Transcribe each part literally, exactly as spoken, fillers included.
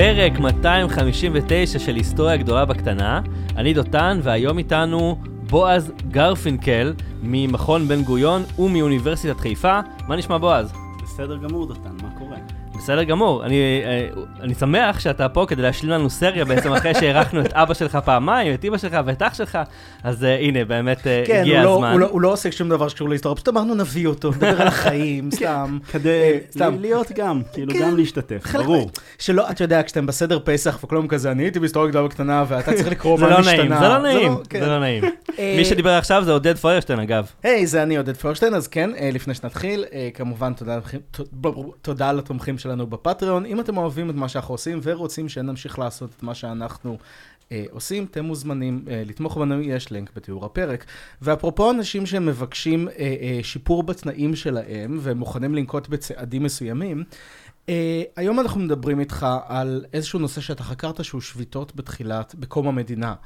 פרק מאתיים חמישים ותשע של היסטוריה גדולה בקטנה. אני דותן, והיום איתנו בועז גרפינקל ממכון בן גוריון ומאוניברסיטת חיפה. מה נשמע, בועז? בסדר גמור, דותן, מה קורה? בסדר גמור. אני, אני שמח שאתה פה כדי להשלים לנו סריה בעצם אחרי שהערכנו את אבא שלך פעמיים, את אמא שלך ואת אח שלך. אז uh, הנה, באמת uh, כן, הגיע הוא הזמן. לא, הוא, לא, הוא לא עוסק שום דבר שקשור להיסטוריה, פשוט אמרנו נביא אותו, נדבר על החיים, סתם. כדי להיות גם, כאילו גם להשתתף, ברור. שלא, אתה יודע, כשאתם בסדר פסח וכלום כזה, אני הייתי בהיסטוריה גדולה בקטנה, ואתה צריך לקרוא מה משתנה. זה לא נעים, זה לא נעים. מי שדיבר עכשיו זה עודד פוירשטיין, אגב. היי, זה אני עודד פוירשטיין, אז כן, לפני שנתחיל, כמובן תודה לתומכים שלנו בפטריון. אם אתם אוהבים את מה שאנחנו עושים ורוצים שנמשיך לעשות את מה שאנחנו אה, עושים, אתם מוזמנים אה, לתמוך בנו, יש לינק בתיאור הפרק. ואפרופו אנשים שמבקשים אה, אה, שיפור בתנאים שלהם ומוכנים לנקוט בצעדים מסוימים, אה, היום אנחנו מדברים איתך על איזשהו נושא שאתה חקרת שהוא שביתות בתחילת, בקום המדינה.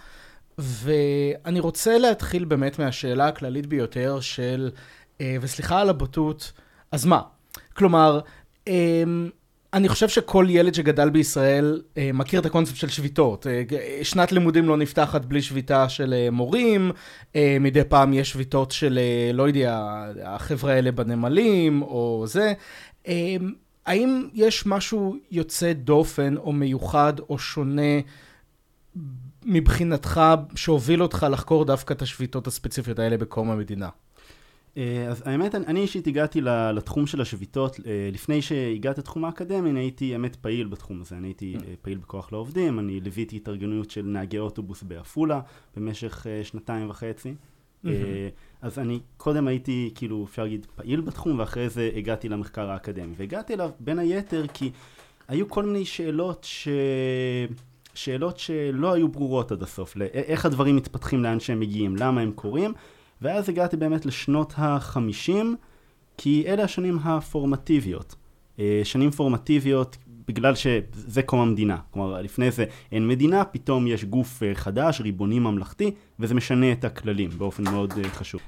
ואני רוצה להתחיל באמת מהשאלה הכללית ביותר של, אה, וסליחה על הבוטות, אז מה? כלומר, אה, אני חושב שכל ילד שגדל בישראל אה, מכיר את הקונספט של שביתות. אה, שנת לימודים לא נפתחת בלי שביתה של אה, מורים, אה, מדי פעם יש שביתות של, אה, לא יודע, החבר'ה האלה בנמלים או זה. אה, האם יש משהו יוצא דופן או מיוחד או שונה מבחינתך שהוביל אותך לחקור דווקא את השביתות הספציפיות האלה בקום המדינה? אז האמת, אני אישית הגעתי לתחום של השביתות, לפני שהגעתי לתחום האקדמי, אני הייתי אמת פעיל בתחום הזה, אני הייתי פעיל בכוח לעובדים, אני ליוויתי התארגנות של נהגי אוטובוס באפולה במשך שנתיים וחצי, אז אני קודם הייתי, כאילו, אפשר להגיד, פעיל בתחום, ואחרי זה הגעתי למחקר האקדמי, והגעתי אליו בין היתר כי היו כל מיני שאלות ש... שאלות שלא היו ברורות עד הסוף, איך הדברים מתפתחים לאן שהם מגיעים, למה הם קורים, ואז הגעתי באמת לשנות ה-חמישים, כי אלה השנים הפורמטיביות. שנים פורמטיביות בגלל שזה קום המדינה. כלומר, לפני זה אין מדינה, פתאום יש גוף חדש, ריבוני ממלכתי, וזה משנה את הכללים באופן מאוד חשוב.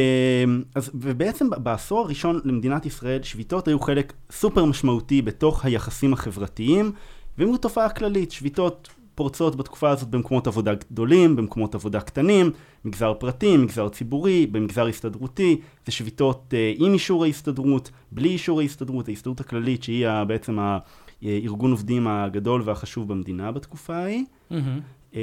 אז, ובעצם בעשור הראשון למדינת ישראל, שביתות היו חלק סופר משמעותי בתוך היחסים החברתיים, והיו תופעה כללית, שביתות פורצות בתקופה הזאת במקומות עבודה גדולים, במקומות עבודה קטנים, מגזר פרטי, מגזר ציבורי, במגזר הסתדרותי, זה שביתות אה, עם אישור ההסתדרות, בלי אישור ההסתדרות, ההסתדרות הכללית שהיא בעצם הארגון עובדים הגדול והחשוב במדינה בתקופה ההיא. Mm-hmm. אה,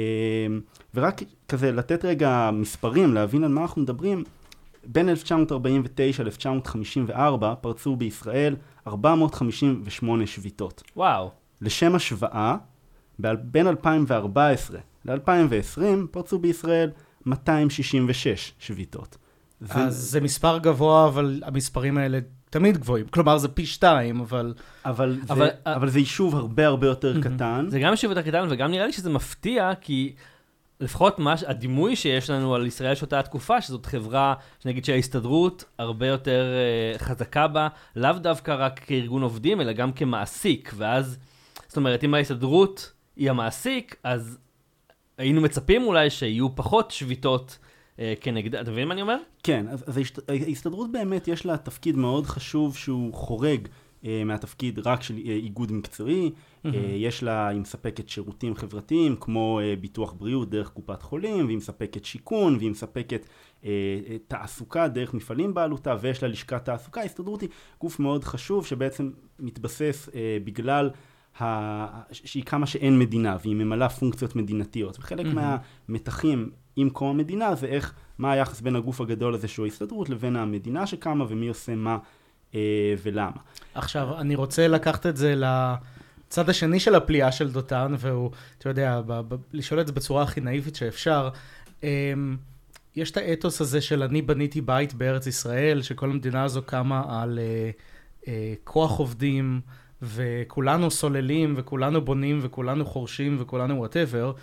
ורק כזה לתת רגע מספרים, להבין על מה אנחנו מדברים, בין אלף תשע מאות ארבעים ותשע ל-אלף תשע מאות חמישים וארבע פרצו בישראל ארבע מאות חמישים ושמונה שביתות. וואו. לשם השוואה, בין אלפיים וארבע עשרה ל-אלפיים ועשרים פרצו בישראל מאתיים שישים ושש שביתות. אז זה... זה מספר גבוה, אבל המספרים האלה תמיד גבוהים. כלומר, זה פי שתיים, אבל... אבל, אבל, זה, אבל זה יישוב הרבה הרבה יותר קטן. זה גם יישוב יותר קטן, וגם נראה לי שזה מפתיע, כי לפחות מה, הדימוי שיש לנו על ישראל שאותה התקופה, שזאת חברה, שנגיד שההסתדרות הרבה יותר uh, חזקה בה, לאו דווקא רק כארגון עובדים, אלא גם כמעסיק, ואז, זאת אומרת, אם ההסתדרות היא המעסיק, אז היינו מצפים אולי שיהיו פחות שביתות אה, כנגד... אתה מבין מה אני אומר? כן, אז, אז ההסתדרות באמת יש לה תפקיד מאוד חשוב שהוא חורג אה, מהתפקיד רק של אה, איגוד מקצועי. Mm-hmm. אה, יש לה, היא מספקת שירותים חברתיים כמו אה, ביטוח בריאות דרך קופת חולים, והיא מספקת שיקון, והיא מספקת אה, תעסוקה דרך מפעלים בעלותה, ויש לה לשכת תעסוקה. ההסתדרות היא גוף מאוד חשוב שבעצם מתבסס אה, בגלל... שהיא כמה שאין מדינה, והיא ממלאה פונקציות מדינתיות. וחלק mm-hmm. מהמתחים עם קום המדינה זה איך, מה היחס בין הגוף הגדול הזה שהוא ההסתדרות, לבין המדינה שקמה, ומי עושה מה אה, ולמה. עכשיו, אני רוצה לקחת את זה לצד השני של הפליאה של דותן, והוא, אתה יודע, ב- ב- לשאול את זה בצורה הכי נאיבית שאפשר. אה, יש את האתוס הזה של אני בניתי בית בארץ ישראל, שכל המדינה הזו קמה על אה, אה, כוח עובדים, וכולנו סוללים, וכולנו בונים, וכולנו חורשים, וכולנו whatever.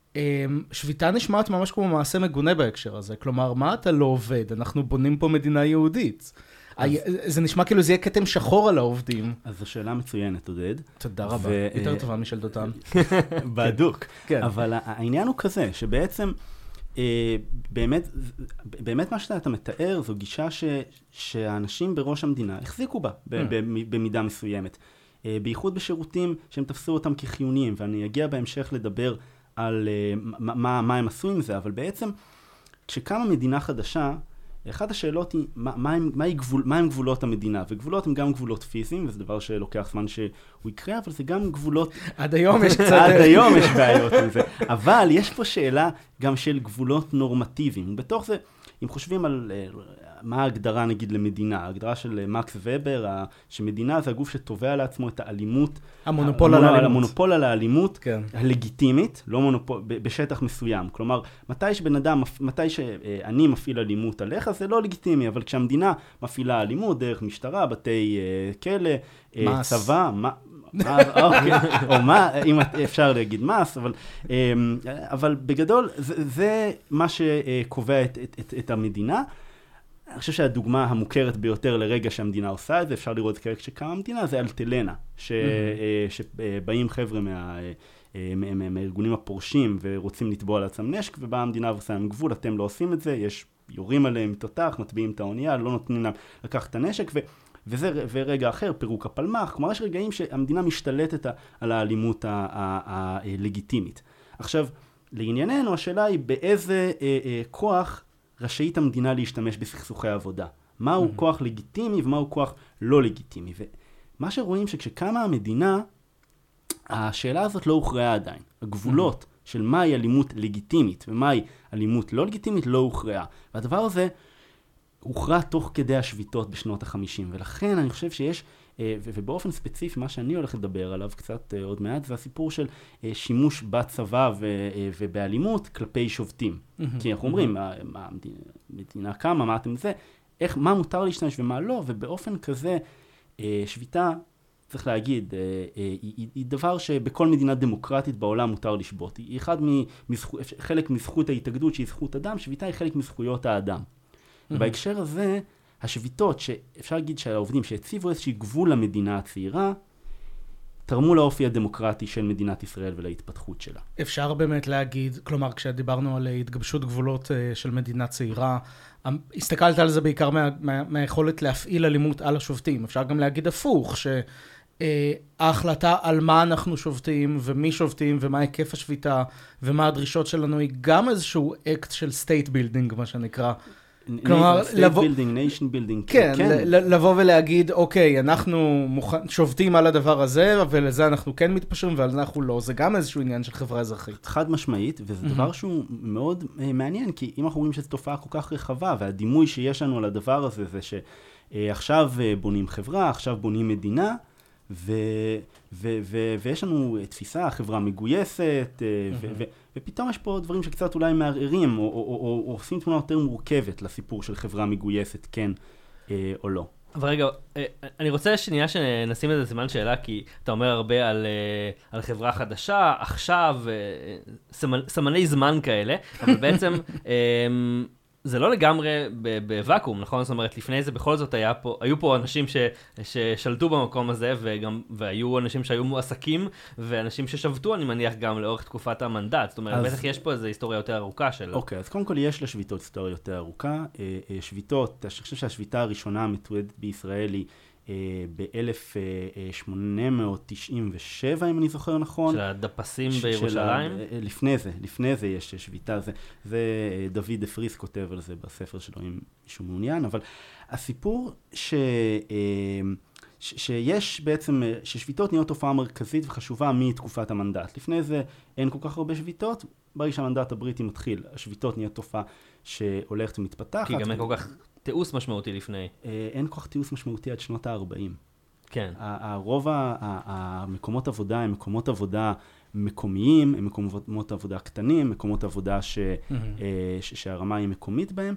שביתה נשמעת ממש כמו מעשה מגונה בהקשר הזה. כלומר, מה אתה לא עובד? אנחנו בונים פה מדינה יהודית. אז... זה נשמע כאילו זה יהיה כתם שחור על העובדים. אז זו שאלה מצוינת, עודד. תודה רבה. ו... יותר טובה משל דותן. בדוק. כן. אבל העניין הוא כזה, שבעצם, באמת, באמת מה שאתה מתאר, זו גישה ש... שהאנשים בראש המדינה החזיקו בה, במידה מסוימת. בייחוד בשירותים שהם תפסו אותם כחיוניים, ואני אגיע בהמשך לדבר על מה, מה, מה הם עשו עם זה, אבל בעצם כשקמה מדינה חדשה, אחת השאלות היא, מה, מה, הם, מה, גבול, מה הם גבולות המדינה? וגבולות הם גם גבולות פיזיים, וזה דבר שלוקח זמן שהוא יקרה, אבל זה גם גבולות... עד היום יש קצת... עד היום יש בעיות עם זה. אבל יש פה שאלה גם של גבולות נורמטיביים. בתוך זה, אם חושבים על מה ההגדרה, נגיד, למדינה, ההגדרה של מקס ובר, שמדינה זה הגוף שתובע לעצמו את האלימות, המונופול על האלימות. המונופול על האלימות כן. הלגיטימית, לא מונופול, בשטח מסוים. כלומר, מתי שבן אדם, מתי שאני מפעיל אלימות עליך, זה לא לגיטימי, אבל כשהמדינה מפעילה אלימות דרך משטרה, בתי כלא, מס. צבא, מה... אוקיי, או מה, אם אפשר להגיד מס, אבל, אבל בגדול זה, זה מה שקובע את, את, את המדינה. אני חושב שהדוגמה המוכרת ביותר לרגע שהמדינה עושה את זה, אפשר לראות כרגע שקמה המדינה, זה אלטלנה, ש, שבאים חבר'ה מה, מהארגונים הפורשים ורוצים לתבוע על עצמם נשק, ובאה המדינה ועושה להם גבול, אתם לא עושים את זה, יש יורים עליהם תותח, מטביעים את האונייה, לא נותנים להם לקחת את הנשק, ו... וזה ורגע אחר, פירוק הפלמ"ח, כלומר יש רגעים שהמדינה משתלטת על האלימות הלגיטימית. עכשיו, לענייננו, השאלה היא באיזה אה, אה, כוח רשאית המדינה להשתמש בסכסוכי עבודה. מהו mm-hmm. כוח לגיטימי ומהו כוח לא לגיטימי. ומה שרואים שכשקמה המדינה, השאלה הזאת לא הוכרעה עדיין. הגבולות mm-hmm. של מהי אלימות לגיטימית ומהי אלימות לא לגיטימית לא הוכרעה. והדבר הזה הוכרע תוך כדי השביתות בשנות החמישים, ולכן אני חושב שיש, ובאופן ספציפי, מה שאני הולך לדבר עליו קצת עוד מעט, זה הסיפור של שימוש בצבא ובאלימות כלפי שובטים. כי אנחנו אומרים, המדינה קמה, מה אתם זה, איך, מה מותר להשתמש ומה לא, ובאופן כזה, שביתה, צריך להגיד, היא דבר שבכל מדינה דמוקרטית בעולם מותר לשבות. היא אחד חלק מזכות ההתאגדות שהיא זכות אדם, שביתה היא חלק מזכויות האדם. בהקשר הזה, השביתות, שאפשר להגיד שהעובדים שהציבו איזושהי גבול למדינה הצעירה, תרמו לאופי הדמוקרטי של מדינת ישראל ולהתפתחות שלה. אפשר באמת להגיד, כלומר, כשדיברנו על התגבשות גבולות של מדינה צעירה, הסתכלת על זה בעיקר מה, מה, מהיכולת להפעיל אלימות על השובטים. אפשר גם להגיד הפוך, שההחלטה על מה אנחנו שובטים ומי שובטים ומה היקף השביתה ומה הדרישות שלנו היא גם איזשהו אקט של state building, מה שנקרא. כלומר, state building, nation building. כן, לבוא ולהגיד, אוקיי, אנחנו שובטים על הדבר הזה, ולזה אנחנו כן מתפשרים, ועל זה אנחנו לא. זה גם איזשהו עניין של חברה אזרחית. חד משמעית, וזה דבר שהוא מאוד מעניין, כי אם אנחנו רואים שזו תופעה כל כך רחבה, והדימוי שיש לנו על הדבר הזה, זה שעכשיו בונים חברה, עכשיו בונים מדינה, ו, ו, ו, ויש לנו תפיסה, חברה מגויסת, ו, ו, ופתאום יש פה דברים שקצת אולי מערערים, או, או, או, או, או עושים תמונה יותר מורכבת לסיפור של חברה מגויסת, כן או לא. אבל רגע, אני רוצה שנייה שנשים את זה סימן שאלה, כי אתה אומר הרבה על, על חברה חדשה, עכשיו, סמני זמן כאלה, אבל בעצם זה לא לגמרי בוואקום, נכון? זאת אומרת, לפני זה בכל זאת היה פה, היו פה אנשים ש, ששלטו במקום הזה, וגם, והיו אנשים שהיו מועסקים, ואנשים ששבתו, אני מניח, גם לאורך תקופת המנדט. זאת אומרת, אז... בטח יש פה איזו היסטוריה יותר ארוכה של... אוקיי, אז קודם כל יש לשביתות היסטוריה יותר ארוכה. שביתות, אני חושב שהשביתה הראשונה המתועדת בישראל היא ב-אלף שמונה מאות תשעים ושבע, אם אני זוכר נכון. של הדפסים בירושלים? לפני זה, לפני זה יש שביתה, זה, זה דוד אפריס כותב על זה בספר שלו, אם מישהו מעוניין, אבל הסיפור ש, ש, שיש בעצם, ששביתות נהיות תופעה מרכזית וחשובה מתקופת המנדט. לפני זה אין כל כך הרבה שביתות, ברגע שהמנדט הבריטי מתחיל, השביתות נהיות תופעה שהולכת ומתפתחת. כי גם אין כל כך... תיעוש משמעותי לפני. אין כל כך תיעוש משמעותי עד שנות ה-ארבעים. כן. הרוב המקומות עבודה הם מקומות עבודה מקומיים, הם מקומות עבודה קטנים, מקומות עבודה שהרמה היא מקומית בהם,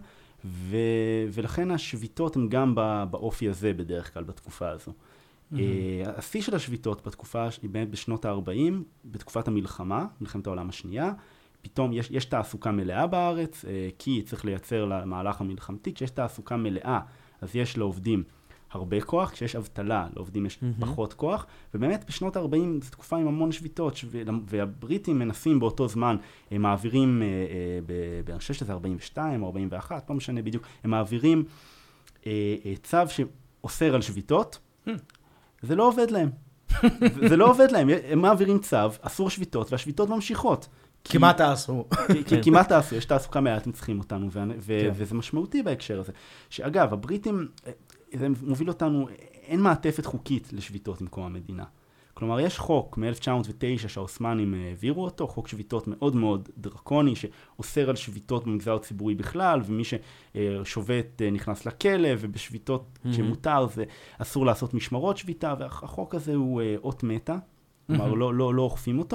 ולכן השביתות הן גם באופי הזה בדרך כלל בתקופה הזו. השיא של השביתות בתקופה היא באמת בשנות ה-ארבעים, בתקופת המלחמה, מלחמת העולם השנייה, פתאום יש, יש תעסוקה מלאה בארץ, כי צריך לייצר למהלך המלחמתי, כשיש תעסוקה מלאה, אז יש לעובדים הרבה כוח, כשיש אבטלה, לעובדים יש mm-hmm. פחות כוח, ובאמת בשנות ה-ארבעים זו תקופה עם המון שביתות, והבריטים מנסים באותו זמן, הם מעבירים, אני חושב שזה ארבעים ושתיים או ארבעים ואחת, לא משנה בדיוק, הם מעבירים צו שאוסר על שביתות, mm. זה לא עובד להם. זה לא עובד להם, הם מעבירים צו, אסור שביתות, והשביתות ממשיכות. כמעט תעשו. כמעט תעשו, יש תעסוקה מעט, הם צריכים אותנו, וזה משמעותי בהקשר הזה. שאגב, הבריטים, זה מוביל אותנו, אין מעטפת חוקית לשביתות עם קום המדינה. כלומר, יש חוק מ-אלף תשע מאות ותשע שהאוסמנים העבירו אותו, חוק שביתות מאוד מאוד דרקוני, שאוסר על שביתות במגזר הציבורי בכלל, ומי ששובת נכנס לכלא, ובשביתות שמותר זה אסור לעשות משמרות שביתה, והחוק הזה הוא אות מתה, כלומר, לא, לא, לא אוכפים אותו.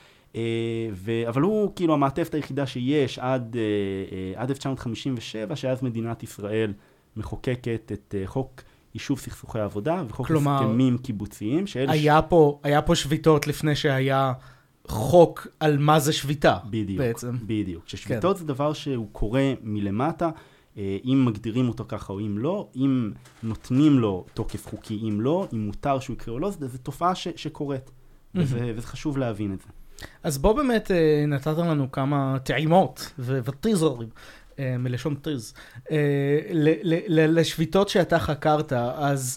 ו... אבל הוא כאילו המעטפת היחידה שיש עד, עד אלף תשע מאות חמישים ושבע, שאז מדינת ישראל מחוקקת את חוק יישוב סכסוכי עבודה וחוק כלומר, הסכמים קיבוציים. היה, ש... פה, היה פה שביתות לפני שהיה חוק על מה זה שביתה. בדיוק, בעצם. בדיוק. ששביתות כן. זה דבר שהוא קורה מלמטה, אם מגדירים אותו ככה או אם לא, אם נותנים לו תוקף חוקי, אם לא, אם מותר שהוא יקרה או לא, זו תופעה ש... שקורית. Mm-hmm. וזה, וזה חשוב להבין את זה. אז בוא באמת נתת לנו כמה טעימות וטיזרים, מלשון טיז, לשביתות שאתה חקרת, אז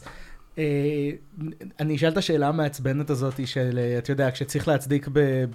אני אשאל את השאלה המעצבנת הזאת של, אתה יודע, כשצריך להצדיק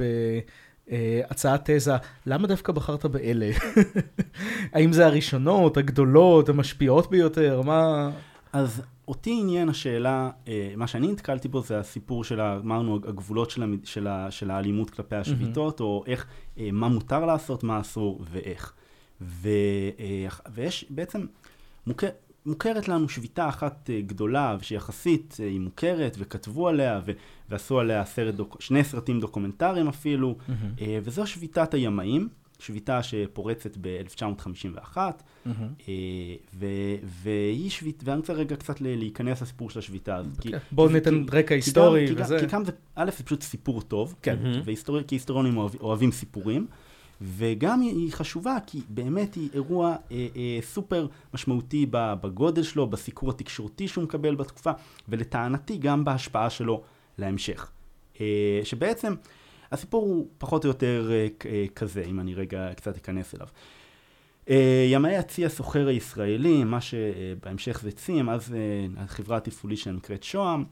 בהצעת תזה, למה דווקא בחרת באלה? האם זה הראשונות, הגדולות, המשפיעות ביותר? מה... אז אותי עניין השאלה, מה שאני נתקלתי בו זה הסיפור של, אמרנו, הגבולות של, של, של האלימות כלפי השביתות, mm-hmm. או איך, מה מותר לעשות, מה אסור ואיך. ו, ויש בעצם, מוכר, מוכרת לנו שביתה אחת גדולה, שיחסית היא מוכרת, וכתבו עליה, ו, ועשו עליה סרט דוק, שני סרטים דוקומנטריים אפילו, mm-hmm. וזו שביתת הימאים, שביתה שפורצת ב-אלף תשע מאות חמישים ואחת, mm-hmm. והיא שביתה, ואני רוצה רגע קצת להיכנס לסיפור של השביתה הזאת. Okay. בואו ניתן רקע היסטורי כי וזה. כי גם זה, א', זה פשוט סיפור טוב, כן. mm-hmm. כהיסטוריונים אוהב, אוהבים סיפורים, וגם היא חשובה כי באמת היא אירוע אה, אה, סופר משמעותי בגודל שלו, בסיקור התקשורתי שהוא מקבל בתקופה, ולטענתי גם בהשפעה שלו להמשך. אה, שבעצם, הסיפור הוא פחות או יותר uh, כזה, אם אני רגע קצת אכנס אליו. Uh, ימאי הצי הסוחר הישראלי, מה שבהמשך זה צים, אז uh, החברה התפעולית שנקראת שוהם,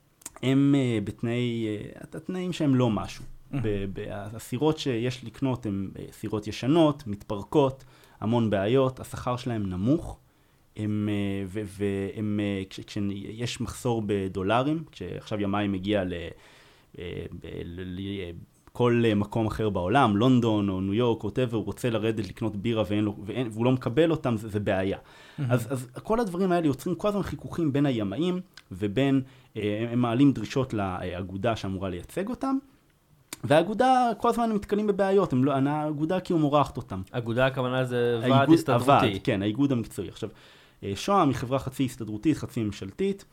הם uh, בתנאי, uh, התנאים שהם לא משהו. Mm-hmm. הסירות שיש לקנות הן סירות ישנות, מתפרקות, המון בעיות, השכר שלהם נמוך, הם, uh, ו- והם, uh, כש- כשיש מחסור בדולרים, כשעכשיו ימאי מגיע ל... Uh, ל- ל- כל מקום אחר בעולם, לונדון או ניו יורק, או whatever, הוא רוצה לרדת לקנות בירה ואין לו, ואין, והוא לא מקבל אותם, זה, זה בעיה. Mm-hmm. אז, אז כל הדברים האלה יוצרים כל הזמן חיכוכים בין הימאים, ובין, אה, הם מעלים דרישות לאגודה שאמורה לייצג אותם, והאגודה כל הזמן הם מתקלים בבעיות, הם לא, האגודה כאילו מורחת אותם. אגודה הכוונה זה ועד הסתדרותי. הוועד, כן, האיגוד המקצועי. עכשיו, שוהם היא חברה חצי הסתדרותית, חצי ממשלתית,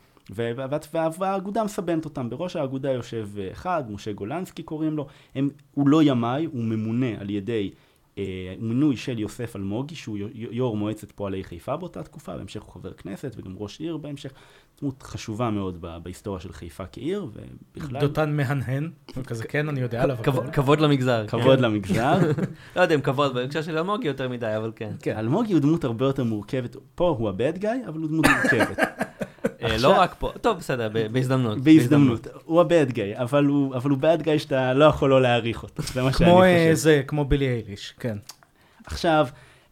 והאגודה מסבנת אותם. בראש האגודה יושב אחד, משה גולנסקי קוראים לו, הם, הוא לא ימאי, הוא ממונה על ידי, אה, מינוי של יוסף אלמוגי, שהוא יו"ר מועצת פועלי חיפה באותה תקופה, בהמשך הוא חבר כנסת וגם ראש עיר בהמשך, דמות חשובה מאוד בהיסטוריה של חיפה כעיר, ובכלל... דותן מהנהן, כזה כן, אני יודע עליו. כבוד למגזר. כבוד למגזר. לא יודע אם כבוד, בהקשר של אלמוגי יותר מדי, אבל כן. אלמוגי הוא דמות הרבה יותר מורכבת, פה הוא הבד גאי, אבל הוא דמות מורכבת. לא רק פה, טוב, בסדר, בהזדמנות. בהזדמנות. הוא הבד גאי, אבל הוא בד גאי שאתה לא יכול לא להעריך אותו. זה מה שאני כמו חושב. זה, כמו בילי אייליש, כן. עכשיו,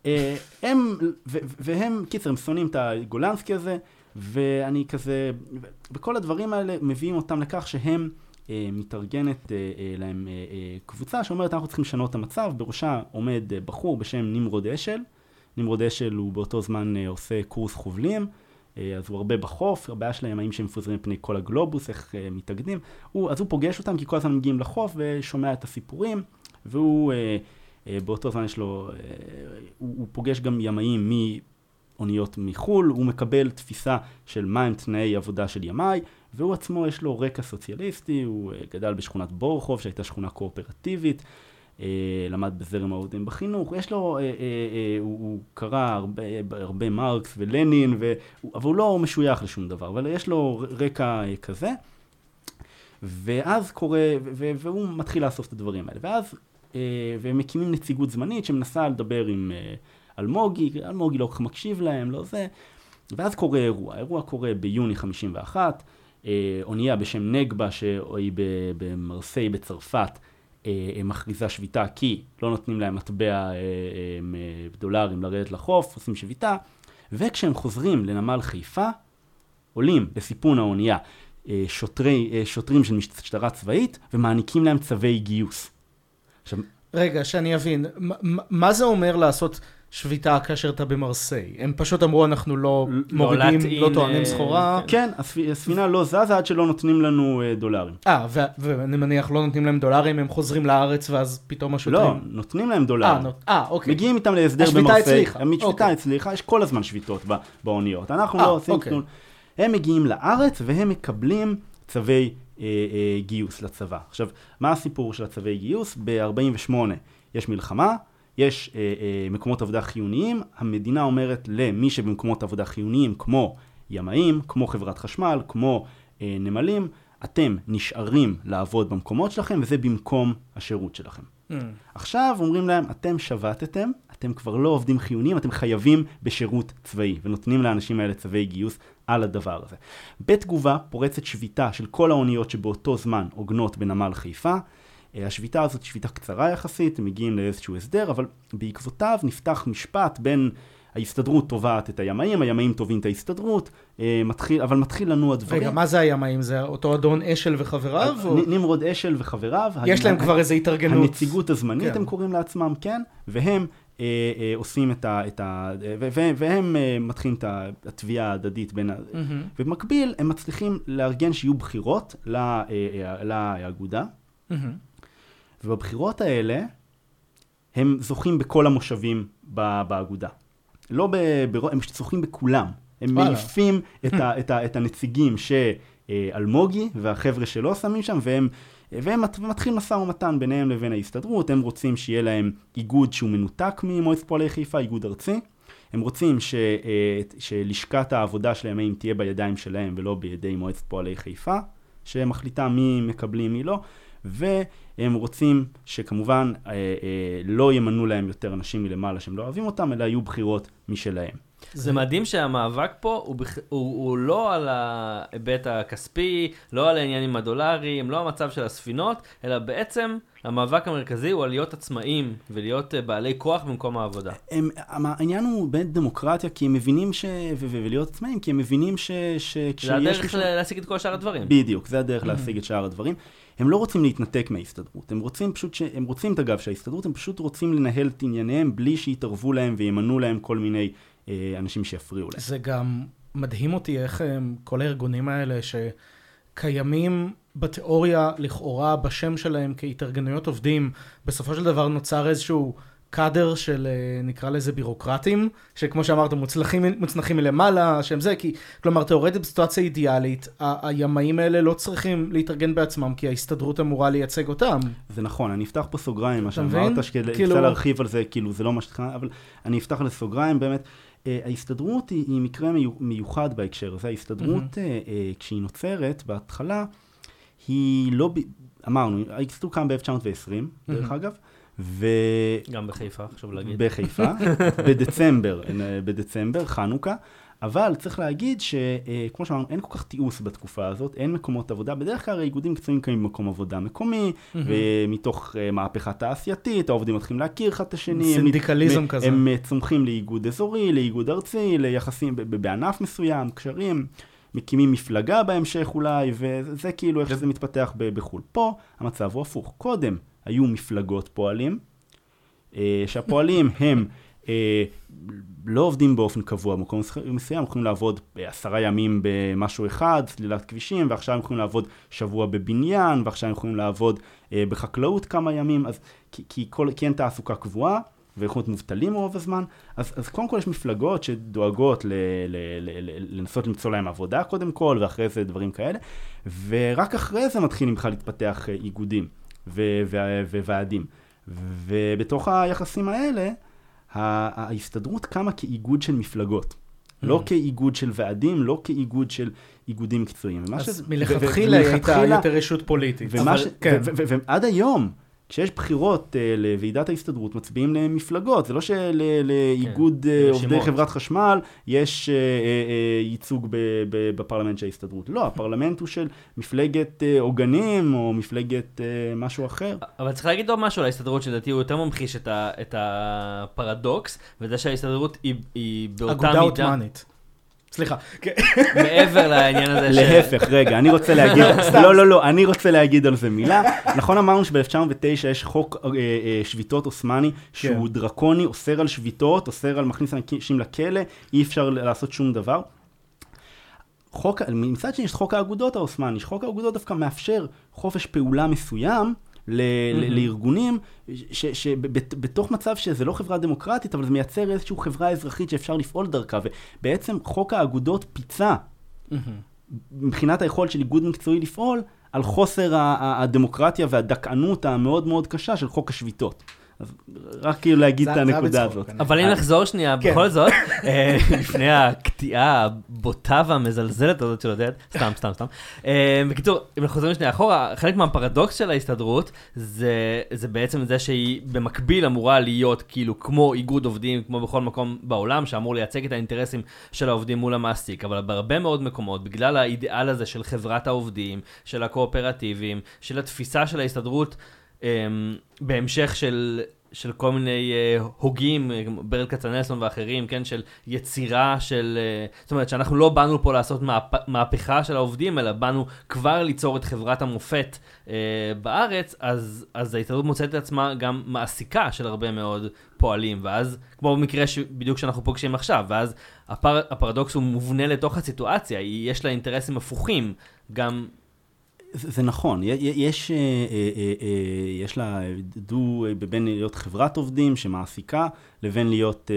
הם, והם, קיצר, הם שונאים את הגולנסקי הזה, ואני כזה, וכל הדברים האלה מביאים אותם לכך שהם מתארגנת להם קבוצה שאומרת, אנחנו צריכים לשנות את המצב, בראשה עומד בחור בשם נמרוד אשל. נמרוד אשל הוא באותו זמן עושה קורס חובלים, אז הוא הרבה בחוף, הבעיה של הימאים שהם מפוזרים פני כל הגלובוס, איך uh, מתאגדים. הוא, אז הוא פוגש אותם כי כל הזמן מגיעים לחוף ושומע את הסיפורים, והוא uh, uh, באותו זמן יש לו, uh, הוא, הוא פוגש גם ימאים מאוניות מחול, הוא מקבל תפיסה של מה הם תנאי עבודה של ימאי, והוא עצמו יש לו רקע סוציאליסטי, הוא uh, גדל בשכונת בורחוב שהייתה שכונה קואופרטיבית, Uh, למד בזרם העובדים בחינוך, יש לו, uh, uh, uh, הוא, הוא קרא הרבה, הרבה מרקס ולנין, ו, אבל הוא לא משוייך לשום דבר, אבל יש לו רקע uh, כזה, ואז קורה, ו, ו, והוא מתחיל לאסוף את הדברים האלה, ואז, uh, והם מקימים נציגות זמנית שמנסה לדבר עם uh, אלמוגי, אלמוגי לא כך מקשיב להם, לא זה, ואז קורה אירוע, האירוע קורה ביוני חמישים ואחת, אונייה בשם נגבה, שהיא במרסיי בצרפת, מכריזה שביתה כי לא נותנים להם מטבע דולרים לרדת לחוף, עושים שביתה, וכשהם חוזרים לנמל חיפה, עולים בסיפון האונייה שוטרי, שוטרים של משטרה צבאית, ומעניקים להם צווי גיוס. עכשיו, רגע, שאני אבין, מה, מה זה אומר לעשות שביתה כאשר אתה במרסיי? הם פשוט אמרו, אנחנו לא מורידים, לא טוענים סחורה. כן, הספינה לא זזה עד שלא נותנים לנו דולרים. אה, ואני מניח לא נותנים להם דולרים, הם חוזרים לארץ ואז פתאום השוטרים. לא, נותנים להם דולרים. אה, אוקיי. מגיעים איתם להסדר במרסיי. השביתה הצליחה. השביתה הצליחה, יש כל הזמן שביתות באוניות. אנחנו לא עושים כלום. הם מגיעים לארץ והם מקבלים צווי אה, אה, גיוס לצבא. עכשיו, מה הסיפור של הצווי גיוס? ב-ארבעים ושמונה יש מלחמה, יש אה, אה, מקומות עבודה חיוניים, המדינה אומרת למי שבמקומות עבודה חיוניים, כמו ימאים, כמו חברת חשמל, כמו אה, נמלים, אתם נשארים לעבוד במקומות שלכם, וזה במקום השירות שלכם. Mm. עכשיו אומרים להם, אתם שבתתם, אתם כבר לא עובדים חיוניים, אתם חייבים בשירות צבאי, ונותנים לאנשים האלה צווי גיוס על הדבר הזה. בתגובה פורצת שביתה של כל האוניות שבאותו זמן עוגנות בנמל חיפה. השביתה הזאת שביתה קצרה יחסית, הם מגיעים לאיזשהו הסדר, אבל בעקבותיו נפתח משפט בין ההסתדרות תובעת את הימאים, הימאים תובעים את ההסתדרות, מתחיל, אבל מתחיל לנו הדברים. רגע, מה זה הימאים? זה אותו אדון אשל וחבריו? או... נמרוד אשל וחבריו. יש להם כבר איזו התארגנות. הנציגות הזמנית, כן. הם קוראים לעצמם, כן, והם אה, אה, עושים את ה... את ה והם, והם אה, מתחילים את התביעה ההדדית בין... Mm-hmm. ובמקביל, הם מצליחים לארגן שיהיו בחירות לה, אה, לאגודה, mm-hmm. ובבחירות האלה, הם זוכים בכל המושבים באגודה. לא ב... הם זוכים בכולם. הם מעיפים את, ה, את, ה, את הנציגים שאלמוגי והחבר'ה שלו שמים שם, והם, והם מתחיל משא ומתן ביניהם לבין ההסתדרות. הם רוצים שיהיה להם איגוד שהוא מנותק ממועצת פועלי חיפה, איגוד ארצי. הם רוצים ש, שלשכת העבודה של הימאים תהיה בידיים שלהם ולא בידי מועצת פועלי חיפה, שמחליטה מי מקבלים מי לא. והם רוצים שכמובן אה, אה, לא ימנו להם יותר אנשים מלמעלה שהם לא אוהבים אותם, אלא יהיו בחירות משלהם. זה מדהים שהמאבק פה הוא, בח... הוא, הוא לא על ההיבט הכספי, לא על העניין עם הדולרים, לא המצב של הספינות, אלא בעצם המאבק המרכזי הוא על להיות עצמאים ולהיות בעלי כוח במקום העבודה. הם, העניין הוא בין דמוקרטיה, כי הם מבינים ש... ו- ו- ולהיות עצמאים, כי הם מבינים ש... ש... זה הדרך מישהו... להשיג את כל שאר הדברים. בדיוק, זה הדרך להשיג את שאר הדברים. הם לא רוצים להתנתק מההסתדרות, הם רוצים פשוט ש... הם רוצים את הגב של ההסתדרות, הם פשוט רוצים לנהל את ענייניהם בלי שיתערבו להם וימנו להם כל מיני אה, אנשים שיפריעו להם. זה גם מדהים אותי איך הם, כל הארגונים האלה שקיימים בתיאוריה לכאורה בשם שלהם כהתארגנויות עובדים, בסופו של דבר נוצר איזשהו קאדר של, נקרא לזה בירוקרטים, שכמו שאמרת, מוצלחים, מוצנחים מלמעלה, שהם זה, כי, כלומר, תיאורטית בסיטואציה אידיאלית, ה- הימאים האלה לא צריכים להתארגן בעצמם, כי ההסתדרות אמורה לייצג אותם. זה נכון, אני אפתח פה סוגריים, מה שאמרת, שכדי כאילו... להרחיב על זה, כאילו, זה לא מה שתכנן, אבל אני אפתח לסוגריים, באמת, ההסתדרות היא, היא מקרה מיוחד בהקשר הזה, ההסתדרות, mm-hmm. כשהיא נוצרת, בהתחלה, היא לא, אמרנו, ההסתדרות קם ב-אלף תשע מאות ועשרים, mm-hmm. דרך אגב, ו... גם בחיפה, חשוב להגיד. בחיפה, בדצמבר, בדצמבר, חנוכה, אבל צריך להגיד שכמו שאמרנו, אין כל כך תיעוש בתקופה הזאת, אין מקומות עבודה, בדרך כלל האיגודים קצרים קמים במקום עבודה מקומי, ומתוך מהפכה תעשייתית, העובדים מתחילים להכיר אחד את השני, סינדיקליזם כזה. הם צומחים לאיגוד אזורי, לאיגוד ארצי, ליחסים בענף מסוים, קשרים, מקימים מפלגה בהמשך אולי, וזה כאילו איך שזה מתפתח בחול. פה המצב הוא הפוך. קודם היו מפלגות פועלים, שהפועלים הם לא עובדים באופן קבוע, במקום מסוים, יכולים לעבוד עשרה ימים במשהו אחד, סלילת כבישים, ועכשיו הם יכולים לעבוד שבוע בבניין, ועכשיו הם יכולים לעבוד בחקלאות כמה ימים, אז, כי, כי, כל, כי אין תעסוקה קבועה, ויכולים להיות מובטלים רוב הזמן, אז, אז קודם כל יש מפלגות שדואגות ל, ל, ל, ל, לנסות למצוא להם עבודה קודם כל, ואחרי זה דברים כאלה, ורק אחרי זה מתחילים בכלל להתפתח איגודים וועדים. ובתוך היחסים האלה, ההסתדרות קמה כאיגוד של מפלגות, לא כאיגוד של ועדים, לא כאיגוד של איגודים מקצועיים. אז מלכתחילה הייתה יותר רשות פוליטית. ועד היום, כשיש בחירות לוועידת ההסתדרות, מצביעים למפלגות. זה לא שלאיגוד עובדי חברת חשמל יש ייצוג בפרלמנט של ההסתדרות. לא, הפרלמנט הוא של מפלגת עוגנים או מפלגת משהו אחר. אבל צריך להגיד עוד משהו על ההסתדרות, שלדעתי הוא יותר ממחיש את הפרדוקס, וזה שההסתדרות היא באותה מידה... אגודה עות'מאנית. סליחה. מעבר לעניין הזה ש... להפך, רגע, אני רוצה להגיד... לא, לא, לא, אני רוצה להגיד על זה מילה. נכון אמרנו שב-אלף תשע מאות ותשע יש חוק שביתות עות'מאני, שהוא דרקוני, אוסר על שביתות, אוסר על מכניס אנשים לכלא, אי אפשר לעשות שום דבר. חוק, מצד שני יש חוק האגודות העות'מאני, חוק האגודות דווקא מאפשר חופש פעולה מסוים, לארגונים, שבתוך מצב שזה לא חברה דמוקרטית, אבל זה מייצר איזושהי חברה אזרחית שאפשר לפעול דרכה, ובעצם חוק האגודות פיצה, מבחינת היכולת של איגוד מקצועי לפעול, על חוסר הדמוקרטיה והדכאנות המאוד מאוד קשה של חוק השביתות. אז רק כאילו להגיד את הנקודה הזאת. אבל אם נחזור שנייה, בכל זאת, לפני הקטיעה הבוטה והמזלזלת הזאת של עודד, סתם, סתם, סתם. בקיצור, אם אנחנו חוזרים שנייה אחורה, חלק מהפרדוקס של ההסתדרות, זה בעצם זה שהיא במקביל אמורה להיות כאילו כמו איגוד עובדים, כמו בכל מקום בעולם, שאמור לייצג את האינטרסים של העובדים מול המעסיק, אבל בהרבה מאוד מקומות, בגלל האידיאל הזה של חברת העובדים, של הקואופרטיבים, של התפיסה של ההסתדרות, בהמשך של, של כל מיני הוגים, ברל כצנלסון ואחרים, כן, של יצירה של, זאת אומרת שאנחנו לא באנו פה לעשות מהפכה של העובדים, אלא באנו כבר ליצור את חברת המופת בארץ, אז, אז ההסתדרות מוצאת את עצמה גם מעסיקה של הרבה מאוד פועלים, ואז, כמו במקרה בדיוק שאנחנו פוגשים עכשיו, ואז הפר, הפרדוקס הוא מובנה לתוך הסיטואציה, יש לה אינטרסים הפוכים, גם... זה נכון, יש, יש לה דו בין להיות חברת עובדים שמעסיקה, לבין להיות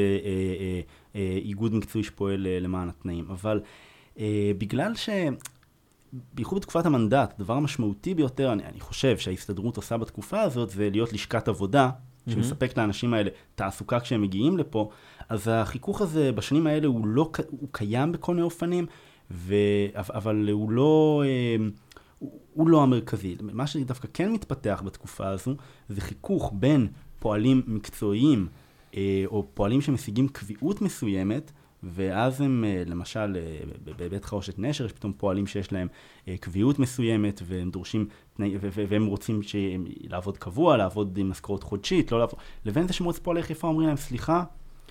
איגוד מקצועי שפועל למען התנאים. אבל בגלל ש... בייחוד בתקופת המנדט, הדבר המשמעותי ביותר, אני, אני חושב שההסתדרות עושה בתקופה הזאת, זה להיות לשכת עבודה, שמספק לאנשים האלה תעסוקה כשהם מגיעים לפה, אז החיכוך הזה בשנים האלה הוא לא, הוא קיים בכל מיני אופנים, ו, אבל הוא לא... הוא לא המרכזי. מה שדווקא כן מתפתח בתקופה הזו, זה חיכוך בין פועלים מקצועיים, או פועלים שמשיגים קביעות מסוימת, ואז הם, למשל, בבית חרושת נשר, יש פתאום פועלים שיש להם קביעות מסוימת, והם דורשים, והם רוצים לעבוד קבוע, לעבוד עם משכורת חודשית, לא לעבוד, לבין זה שמועצת פועלי חיפה אומרים להם, סליחה,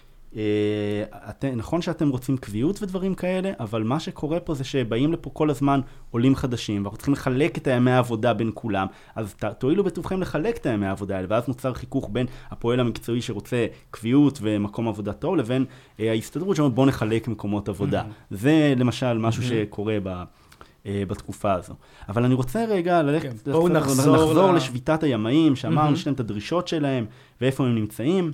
נכון שאתם רוצים קביעות ודברים כאלה, אבל מה שקורה פה זה שבאים לפה כל הזמן עולים חדשים, ואנחנו צריכים לחלק את הימי העבודה בין כולם, אז תועילו בטובכם לחלק את הימי העבודה האלה, ואז נוצר חיכוך בין הפועל המקצועי שרוצה קביעות ומקום עבודה טוב, לבין ההסתדרות שאומרת בוא נחלק מקומות עבודה. זה למשל משהו שקורה ב... בתקופה הזו. אבל אני רוצה רגע ללכת, בואו נחזור לשביתת הימאים, שאמרנו שיש להם את הדרישות שלהם, ואיפה הם נמצאים.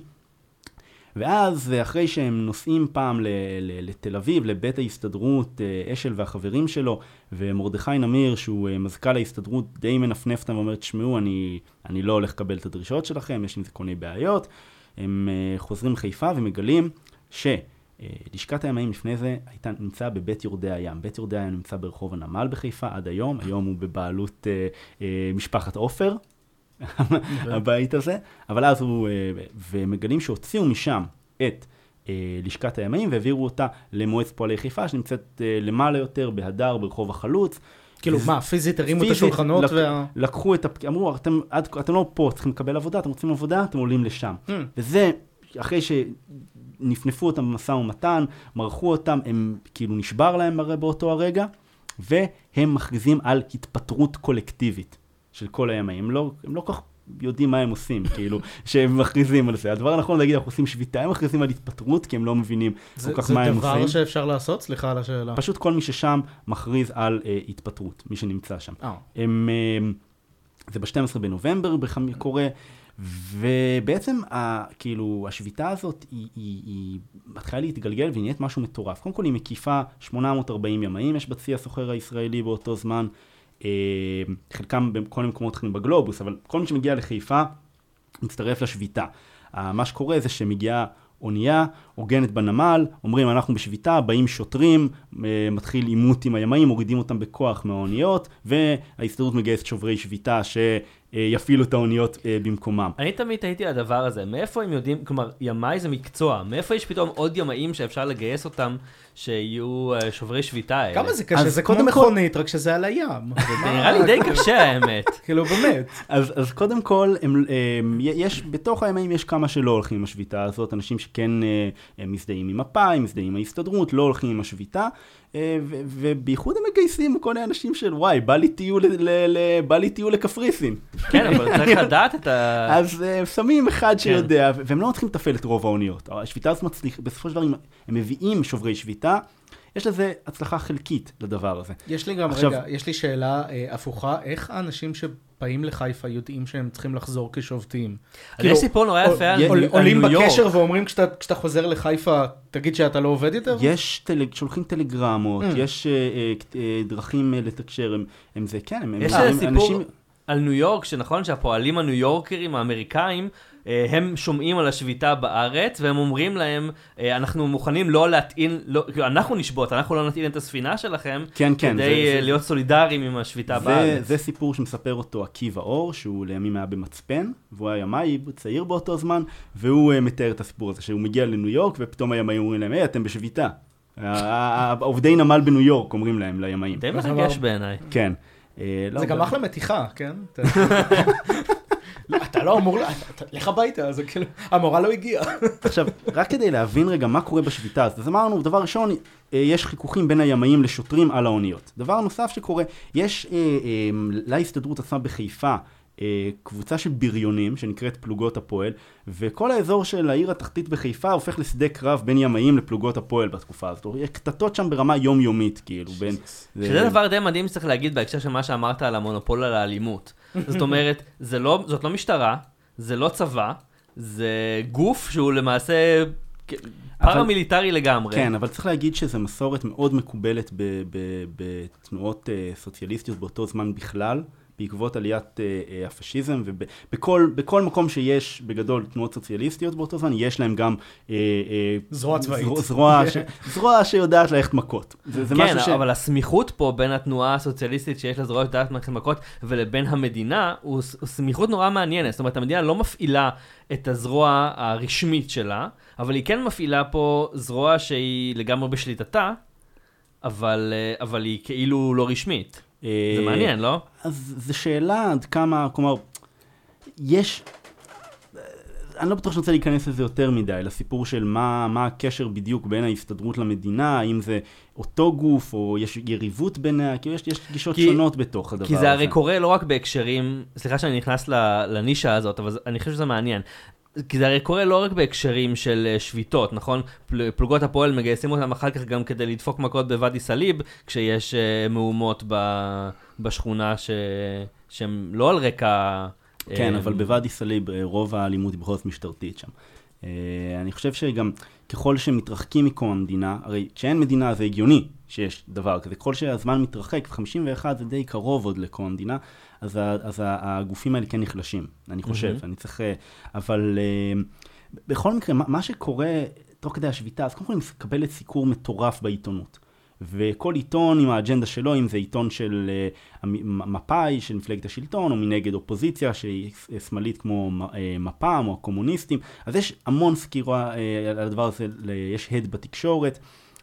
ואז אחרי שהם נוסעים פעם לתל אביב, לבית ההסתדרות, אשל והחברים שלו, ומרדכי נמיר, שהוא מזכ"ל ההסתדרות, די מנפנף אותם ואומר, תשמעו, אני, אני לא הולך לקבל את הדרישות שלכם, יש עם זה קוני בעיות. הם חוזרים לחיפה ומגלים שלשכת הימאים לפני זה הייתה נמצאה בבית יורדי הים. בית יורדי הים נמצא ברחוב הנמל בחיפה עד היום, היום הוא בבעלות משפחת עופר. הבית הזה, אבל אז הוא, ומגלים שהוציאו משם את לשכת הימאים, והעבירו אותה למועצת פועלי חיפה, שנמצאת למעלה יותר, בהדר, ברחוב החלוץ. כאילו, מה, פיזית הרימו את השולחנות וה... לקחו את, אמרו, אתם לא פה, צריכים לקבל עבודה, אתם רוצים עבודה, אתם עולים לשם. וזה, אחרי שנפנפו אותם במשא ומתן, מרחו אותם, הם כאילו נשבר להם הרי באותו הרגע, והם מכריזים על התפטרות קולקטיבית. של כל הימאים. הם לא, הם לא כל כך יודעים מה הם עושים, כאילו, שהם מכריזים על זה. הדבר הנכון להגיד, אנחנו עושים שביתה, הם מכריזים על התפטרות, כי הם לא מבינים כל כך מה הם עושים. זה דבר שאפשר לעשות? סליחה על השאלה. פשוט כל מי ששם מכריז על uh, התפטרות, מי שנמצא שם. הם, uh, זה ב-שנים עשר בנובמבר קורה, ובעצם, ה, כאילו, השביתה הזאת היא, היא, היא מתחילה להתגלגל והיא נהיית משהו מטורף. קודם כל היא מקיפה שמונה מאות וארבעים ימאים, יש בצי הסוחר הישראלי באותו זמן, חלקם בכל מקומות אחרים בגלובוס, אבל כל מי שמגיע לחיפה מצטרף לשביתה. מה שקורה זה שמגיעה אונייה, עוגנת בנמל, אומרים אנחנו בשביתה, באים שוטרים, מתחיל עימות עם הימאים, מורידים אותם בכוח מהאוניות, וההסתדרות מגייסת שוברי שביתה יפעילו את האוניות במקומם. אני תמיד הייתי על הדבר הזה, מאיפה הם יודעים, כלומר, ימאי זה מקצוע, מאיפה יש פתאום עוד ימאים שאפשר לגייס אותם, שיהיו שוברי שביתה האלה? כמה זה קשה, זה קודם מכונית, רק שזה על הים. זה נראה לי די קשה האמת. כאילו באמת. אז קודם כל, יש, בתוך הימאים יש כמה שלא הולכים עם השביתה הזאת, אנשים שכן מזדהים עם מפא"י, מזדהים עם ההסתדרות, לא הולכים עם השביתה, ובייחוד הם מגייסים כל האנשים של וואי, בא לי טיול לקפריסין. כן, אבל צריך לדעת את ה... אז שמים אחד שיודע, והם לא מצליחים לתפעל את רוב האוניות. השביתה הזאת מצליח, בסופו של דבר, הם מביאים שוברי שביתה, יש לזה הצלחה חלקית לדבר הזה. יש לי גם, רגע, יש לי שאלה הפוכה, איך האנשים שבאים לחיפה יודעים שהם צריכים לחזור כשובתים? יש סיפור נורא יפה על ניו יורק. עולים בקשר ואומרים כשאתה חוזר לחיפה, תגיד שאתה לא עובד יותר? יש, שולחים טלגרמות, יש דרכים לתקשר, הם זה, כן, הם יש סיפור על ניו יורק, שנכון שהפועלים הניו יורקרים האמריקאים, הם שומעים על השביתה בארץ, והם אומרים להם, אנחנו מוכנים לא להטעין, לא, אנחנו נשבות, אנחנו לא נטעין את הספינה שלכם, כן, כן, כדי זה, להיות זה, סולידריים עם השביתה זה, בארץ. זה סיפור שמספר אותו עקיבא אור, שהוא לימים היה במצפן, והוא היה ימאי צעיר באותו זמן, והוא מתאר את הסיפור הזה, שהוא מגיע לניו יורק, ופתאום הימאים אומרים להם, היי, אתם בשביתה. העובדי נמל בניו יורק אומרים להם, לימאים. די מרגש בעיניי. כן. זה גם אחלה מתיחה, כן? אתה לא אמור, לך הביתה, זה כאילו, המורה לא הגיעה. עכשיו, רק כדי להבין רגע מה קורה בשביתה, אז אמרנו, דבר ראשון, יש חיכוכים בין הימאים לשוטרים על האוניות. דבר נוסף שקורה, יש להסתדרות עצמה בחיפה, קבוצה של בריונים שנקראת פלוגות הפועל, וכל האזור של העיר התחתית בחיפה הופך לשדה קרב בין ימאים לפלוגות הפועל בתקופה הזאת. יש קטטות שם ברמה יומיומית, כאילו, בין... שזה דבר די מדהים שצריך להגיד בהקשר של מה שאמרת על המונופול על האלימות. זאת אומרת, זאת לא משטרה, זה לא צבא, זה גוף שהוא למעשה פרמיליטרי לגמרי. כן, אבל צריך להגיד שזו מסורת מאוד מקובלת בתנועות סוציאליסטיות באותו זמן בכלל, בעקבות עליית אה, הפשיזם, ובכל בכל מקום שיש בגדול תנועות סוציאליסטיות באותו זמן, יש להם גם אה, אה, זרוע צבאית. זרוע, זרוע, ש, זרוע שיודעת ללכת מכות. זה, זה כן, ש... אבל הסמיכות פה בין התנועה הסוציאליסטית שיש לה זרוע יודעת ללכת מכות, ולבין המדינה, הוא, הוא סמיכות נורא מעניינת. זאת אומרת, המדינה לא מפעילה את הזרוע הרשמית שלה, אבל היא כן מפעילה פה זרוע שהיא לגמרי בשליטתה, אבל, אבל היא כאילו לא רשמית. זה מעניין, לא? אז זו שאלה עד כמה, כלומר, יש, אני לא בטוח שאני רוצה להיכנס לזה יותר מדי, לסיפור של מה, מה הקשר בדיוק בין ההסתדרות למדינה, האם זה אותו גוף או יש יריבות בינה, כי יש, יש גישות כי, שונות בתוך הדבר הזה. כי זה הרי קורה לא רק בהקשרים, סליחה שאני נכנס לנישה הזאת, אבל אני חושב שזה מעניין. כי זה הרי קורה לא רק בהקשרים של שביתות, נכון? פלוגות הפועל מגייסים אותם אחר כך גם כדי לדפוק מכות בוואדי סאליב, כשיש מהומות בשכונה ש... שהם לא על רקע... כן, אבל בוואדי סאליב רוב האלימות היא בכל זאת משטרתית שם. אני חושב שגם ככל שמתרחקים מקום המדינה, הרי כשאין מדינה זה הגיוני שיש דבר כזה, ככל שהזמן מתרחק, ו-חמישים ואחת זה די קרוב עוד לקום המדינה, אז, אז הגופים האלה כן נחלשים, אני חושב, mm-hmm. אני צריך, אבל בכל מקרה, מה שקורה תוך כדי השביתה, אז קודם כל אני מקבלת סיקור מטורף בעיתונות, וכל עיתון עם האג'נדה שלו, אם זה עיתון של מפא"י, של מפלגת השלטון, או מנגד אופוזיציה שהיא שמאלית כמו מפ"ם או הקומוניסטים, אז יש המון סקירה על הדבר הזה, יש הד בתקשורת,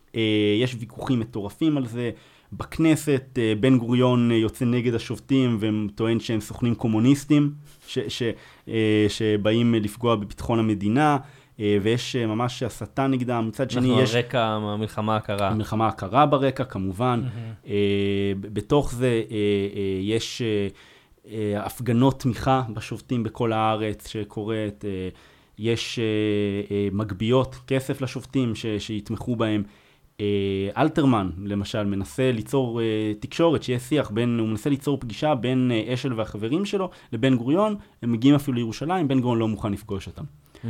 יש ויכוחים מטורפים על זה, בכנסת בן גוריון יוצא נגד השופטים וטוען שהם סוכנים קומוניסטים ש, ש, שבאים לפגוע בביטחון המדינה, ויש ממש הסתה נגדם. מצד שני יש... אנחנו הרקע המלחמה הקרה. המלחמה הקרה ברקע כמובן. Mm-hmm. בתוך זה יש הפגנות תמיכה בשופטים בכל הארץ שקורית, יש מגביות כסף לשופטים ש, שיתמכו בהם. אלתרמן, למשל, מנסה ליצור תקשורת, שיהיה שיח בין, הוא מנסה ליצור פגישה בין אשל והחברים שלו לבן גוריון, הם מגיעים אפילו לירושלים, בן גוריון לא מוכן לפגוש אותם.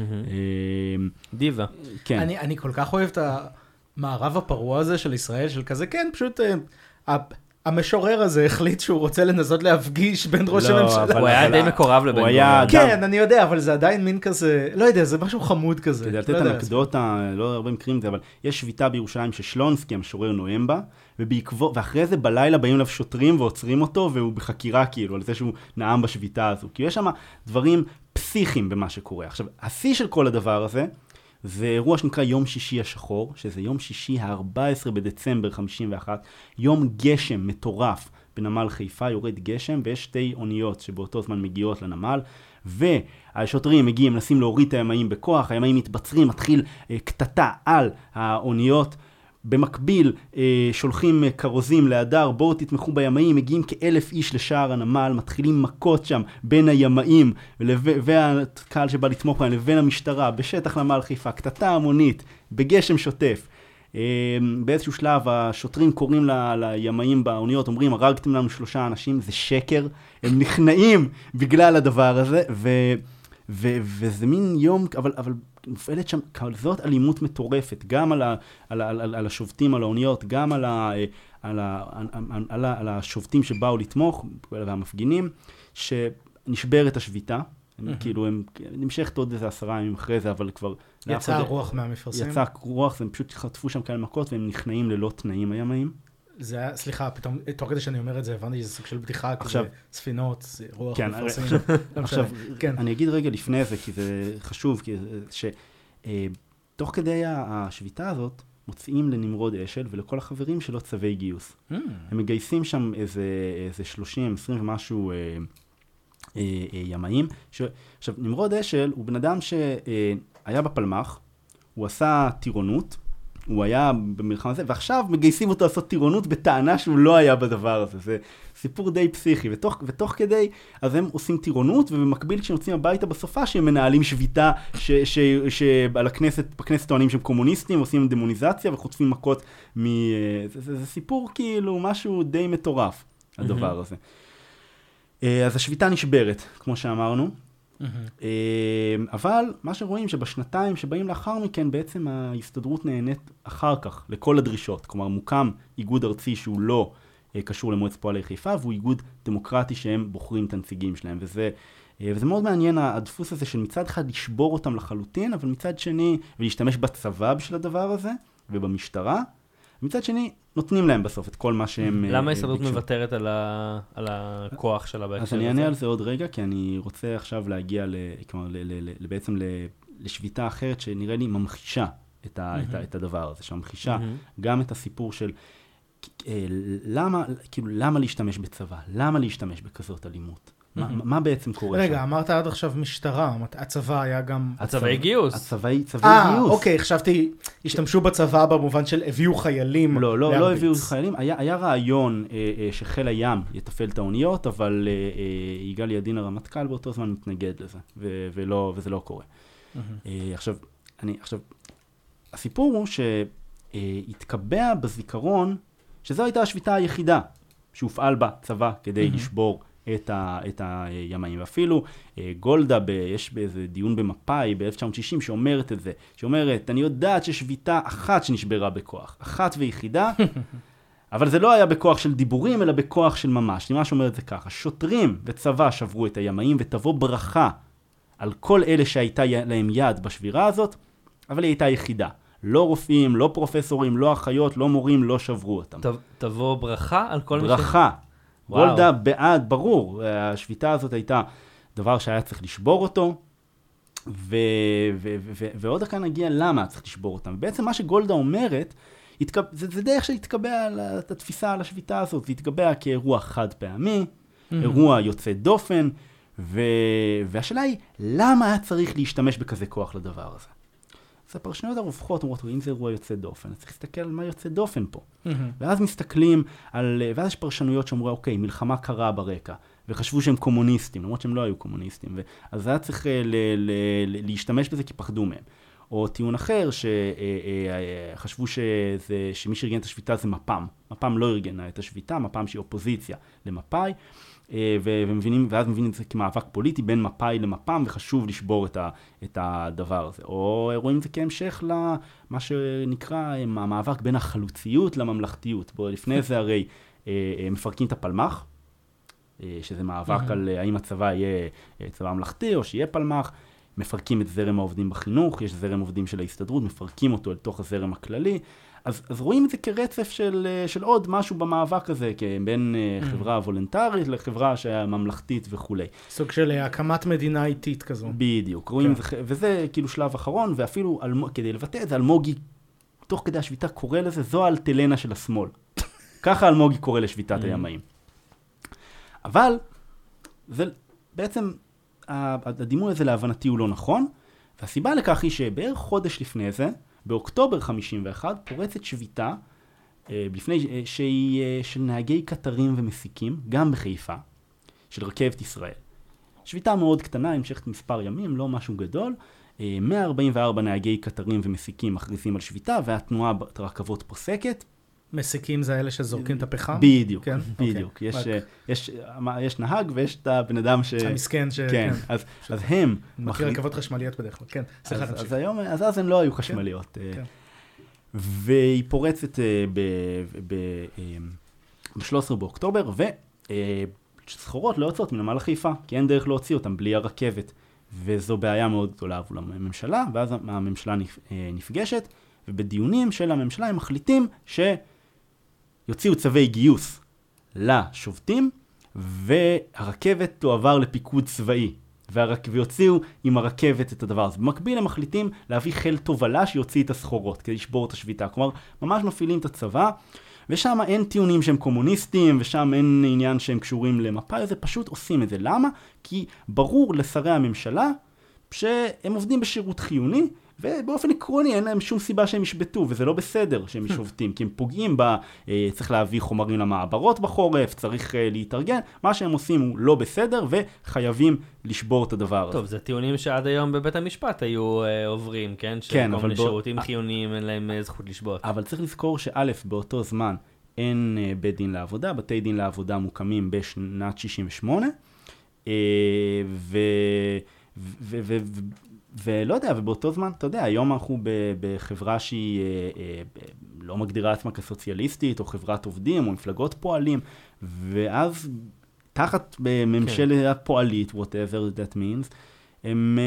דיבה. כן. אני, אני כל כך אוהב את המערב הפרוע הזה של ישראל, של כזה, כן, פשוט המשורר הזה החליט שהוא רוצה לנסות להפגיש בין ראש הממשלה. הוא היה די מקורב לבן גוריון. כן, אני יודע, אבל זה עדיין מין כזה, לא יודע, זה משהו חמוד כזה. כדי לתת אנקדוטה, לא הרבה מקרים זה, אבל יש שביתה בירושלים ששלונסקי, המשורר, נואם בה, ואחרי זה בלילה באים אליו שוטרים ועוצרים אותו, והוא בחקירה כאילו, על זה שהוא נאם בשביתה הזו. כי יש שם דברים פסיכיים במה שקורה. עכשיו, השיא של כל הדבר הזה, זה אירוע שנקרא יום שישי השחור, שזה יום שישי ה-ארבעה עשר בדצמבר חמישים ואחת, יום גשם מטורף בנמל חיפה, יורד גשם, ויש שתי אוניות שבאותו זמן מגיעות לנמל, והשוטרים מגיעים, מנסים להוריד את הימאים בכוח, הימאים מתבצרים, מתחיל אה, קטטה על האוניות, במקביל אה, שולחים אה, קרוזים להדר, בואו תתמכו בימאים, מגיעים כאלף איש לשער הנמל, מתחילים מכות שם בין הימאים ולו... והקהל שבא לתמוך בהם לבין המשטרה, בשטח נמל חיפה, קטטה המונית, בגשם שוטף. אה, באיזשהו שלב השוטרים קוראים ל... לימאים באוניות, אומרים, הרגתם לנו שלושה אנשים, זה שקר, הם נכנעים בגלל הדבר הזה, ו... ו... וזה מין יום, אבל... אבל... מופעלת שם כזאת אלימות מטורפת, גם על, ה, על, על, על, על השובטים, על האוניות, גם על, ה, על, ה, על, ה, על השובטים שבאו לתמוך, והמפגינים, שנשברת השביתה, mm-hmm. כאילו הם נמשכת עוד איזה עשרה ימים אחרי זה, אבל כבר... יצא רוח מהמפרסים? יצא רוח, והם פשוט חטפו שם כאלה מכות, והם נכנעים ללא תנאים הימאים. זה היה, סליחה, פתאום, תוך כדי שאני אומר את זה, הבנתי שזה סוג של בדיחה, עכשיו, כזה ספינות, רוח כן, מפרסים. עכשיו, כן. אני אגיד רגע לפני זה, כי זה חשוב, כי שתוך כדי השביתה הזאת, מוציאים לנמרוד אשל ולכל החברים שלו צווי גיוס. Mm. הם מגייסים שם איזה, איזה שלושים, עשרים ומשהו אה, אה, אה, ימאים. ש... עכשיו, נמרוד אשל הוא בן אדם שהיה בפלמח, הוא עשה טירונות, הוא היה במלחמה הזה, ועכשיו מגייסים אותו לעשות טירונות בטענה שהוא לא היה בדבר הזה. זה סיפור די פסיכי. ותוך, ותוך כדי, אז הם עושים טירונות, ובמקביל כשנוצאים הביתה בסופה, שהם מנהלים שביתה ש, ש, שעל הכנסת, בכנסת טוענים שהם קומוניסטים, עושים דמוניזציה וחוטפים מכות מ... זה, זה, זה סיפור כאילו משהו די מטורף, הדבר הזה. אז השביתה נשברת, כמו שאמרנו. Mm-hmm. אבל מה שרואים שבשנתיים שבאים לאחר מכן בעצם ההסתדרות נהנית אחר כך לכל הדרישות, כלומר מוקם איגוד ארצי שהוא לא קשור למועצת פועלי חיפה והוא איגוד דמוקרטי שהם בוחרים את הנציגים שלהם, וזה, וזה מאוד מעניין הדפוס הזה של מצד אחד לשבור אותם לחלוטין, אבל מצד שני ולהשתמש בצבא בשביל הדבר הזה ובמשטרה, ומצד שני נותנים להם בסוף את כל מה שהם... למה ההסתדרות מוותרת על, ה... על הכוח שלה בהקשר הזה? אז אני אענה על זה עוד רגע, כי אני רוצה עכשיו להגיע ל... כלומר, ל... ל... ל... בעצם ל... לשביתה אחרת שנראה לי ממחישה את, ה... את, ה... את הדבר הזה, שממחישה גם את הסיפור של למה, כאילו, למה להשתמש בצבא? למה להשתמש בכזאת אלימות? מה, מה בעצם קורה רגע, שם? אמרת עד עכשיו משטרה, הצבא היה גם... הצבאי גיוס. הצבאי גיוס. אה, אוקיי, חשבתי, השתמשו בצבא במובן של הביאו חיילים. לא, לא, לא הביאו חיילים. היה, היה רעיון אה, אה, שחיל הים יתפעל את האוניות, אבל אה, אה, יגאל ידין הרמטכ"ל באותו זמן מתנגד לזה, ו- ולא, וזה לא קורה. אה, עכשיו, אני, עכשיו, הסיפור הוא שהתקבע בזיכרון, שזו הייתה השביתה היחידה שהופעל בה צבא כדי לשבור את, ה, את הימאים. ואפילו גולדה, ב, יש באיזה דיון במפאי ב-אלף תשע מאות שישים שאומרת את זה, שאומרת, אני יודעת ששביתה אחת שנשברה בכוח, אחת ויחידה, אבל זה לא היה בכוח של דיבורים, אלא בכוח של ממש. אני ממש אומרת זה ככה, שוטרים וצבא שברו את הימאים, ותבוא ברכה על כל אלה שהייתה להם יד בשבירה הזאת, אבל היא הייתה יחידה. לא רופאים, לא פרופסורים, לא אחיות, לא מורים, לא שברו אותם. תבוא ברכה על כל מי ש... ברכה. גולדה בעד, ברור, השביתה הזאת הייתה דבר שהיה צריך לשבור אותו, ו- ו- ו- ועוד כאן נגיע למה צריך לשבור אותם. בעצם מה שגולדה אומרת, התקב... זה, זה דרך שהתקבע על התפיסה על השביתה הזאת, זה התקבע כאירוע חד פעמי, mm-hmm. אירוע יוצא דופן, ו... והשאלה היא, למה היה צריך להשתמש בכזה כוח לדבר הזה? אז הפרשנויות הרווחות אומרות, אם זה אירוע יוצא דופן, אז צריך להסתכל על מה יוצא דופן פה. Mm-hmm. ואז מסתכלים על, ואז יש פרשנויות שאומרו, אוקיי, מלחמה קרה ברקע, וחשבו שהם קומוניסטים, למרות שהם לא היו קומוניסטים, ואז היה צריך ל- ל- ל- להשתמש בזה כי פחדו מהם. או טיעון אחר, שחשבו שזה, שמי שארגן את השביתה זה מפ"ם. מפ"ם לא ארגנה את השביתה, מפ"ם שהיא אופוזיציה למפאי, ומבינים, ואז מבינים את זה כמאבק פוליטי בין מפאי למפ"ם, וחשוב לשבור את, ה, את הדבר הזה. או רואים את זה כהמשך למה שנקרא המאבק בין החלוציות לממלכתיות. בו לפני זה הרי מפרקים את הפלמ"ח, שזה מאבק על האם הצבא יהיה צבא ממלכתי או שיהיה פלמ"ח, מפרקים את זרם העובדים בחינוך, יש זרם עובדים של ההסתדרות, מפרקים אותו אל תוך הזרם הכללי, אז, אז רואים את זה כרצף של, של עוד משהו במאבק הזה, בין mm. חברה וולונטרית לחברה ממלכתית וכו'. סוג של הקמת מדינה איטית כזו. בדיוק, רואים כן. את זה, וזה כאילו שלב אחרון, ואפילו על, כדי לבטא את זה, אלמוגי, תוך כדי השביתה קורא לזה, זו האלטלנה של השמאל. ככה אלמוגי קורא לשביתת mm. הימאים. אבל, זה בעצם, הדימוי הזה להבנתי הוא לא נכון, והסיבה לכך היא שבערך חודש לפני זה, באוקטובר חמישים ואחת, פורצת שביתה, לפני, שהיא של נהגי קטרים ומסיקים, גם בחיפה, של רכבת ישראל. שביתה מאוד קטנה, המשכת מספר ימים, לא משהו גדול, מאה ארבעים וארבע נהגי קטרים ומסיקים מכריזים על שביתה, והתנועה ברכבות פוסקת. מסיקים זה אלה שזורקים את הפחם? בדיוק, כן? בדיוק. Okay. יש, רק... יש, יש נהג ויש את הבן אדם ש... המסכן ש... כן, אז, אז הם... מכיר רכבות חשמליות בדרך כלל, כן. אז, אז היום, אז אז הן לא היו חשמליות. כן. והיא פורצת ב-שלושה עשר באוקטובר, וסחורות לא יוצאות מנמל חיפה, כי אין דרך להוציא אותם בלי הרכבת. וזו בעיה מאוד גדולה עבור הממשלה, ואז הממשלה נפגשת, ובדיונים של הממשלה הם מחליטים ש... יוציאו צווי גיוס לשובטים, והרכבת תועבר לפיקוד צבאי, והרק... ויוציאו עם הרכבת את הדבר הזה. במקביל הם מחליטים להביא חיל תובלה שיוציא את הסחורות, כדי לשבור את השביתה. כלומר, ממש מפעילים את הצבא, ושם אין טיעונים שהם קומוניסטים, ושם אין עניין שהם קשורים למפאי, זה פשוט עושים את זה. למה? כי ברור לשרי הממשלה שהם עובדים בשירות חיוני, ובאופן עקרוני אין להם שום סיבה שהם ישבטו, וזה לא בסדר שהם ישובטים, כי הם פוגעים בה, צריך להביא חומרים למעברות בחורף, צריך להתארגן, מה שהם עושים הוא לא בסדר, וחייבים לשבור את הדבר הזה. טוב, זה טיעונים שעד היום בבית המשפט היו עוברים, כן? כן, אבל... לשירותים חיוניים אין להם זכות לשבות. אבל צריך לזכור שא' באותו זמן אין בית דין לעבודה, בתי דין לעבודה מוקמים בשנת שישים ושמונה, ו... ו... ו... ולא יודע, ובאותו זמן, אתה יודע, היום אנחנו בחברה שהיא לא מגדירה עצמה כסוציאליסטית, או חברת עובדים, או מפלגות פועלים, ואז תחת ממשלת פועלית, whatever that means, הם,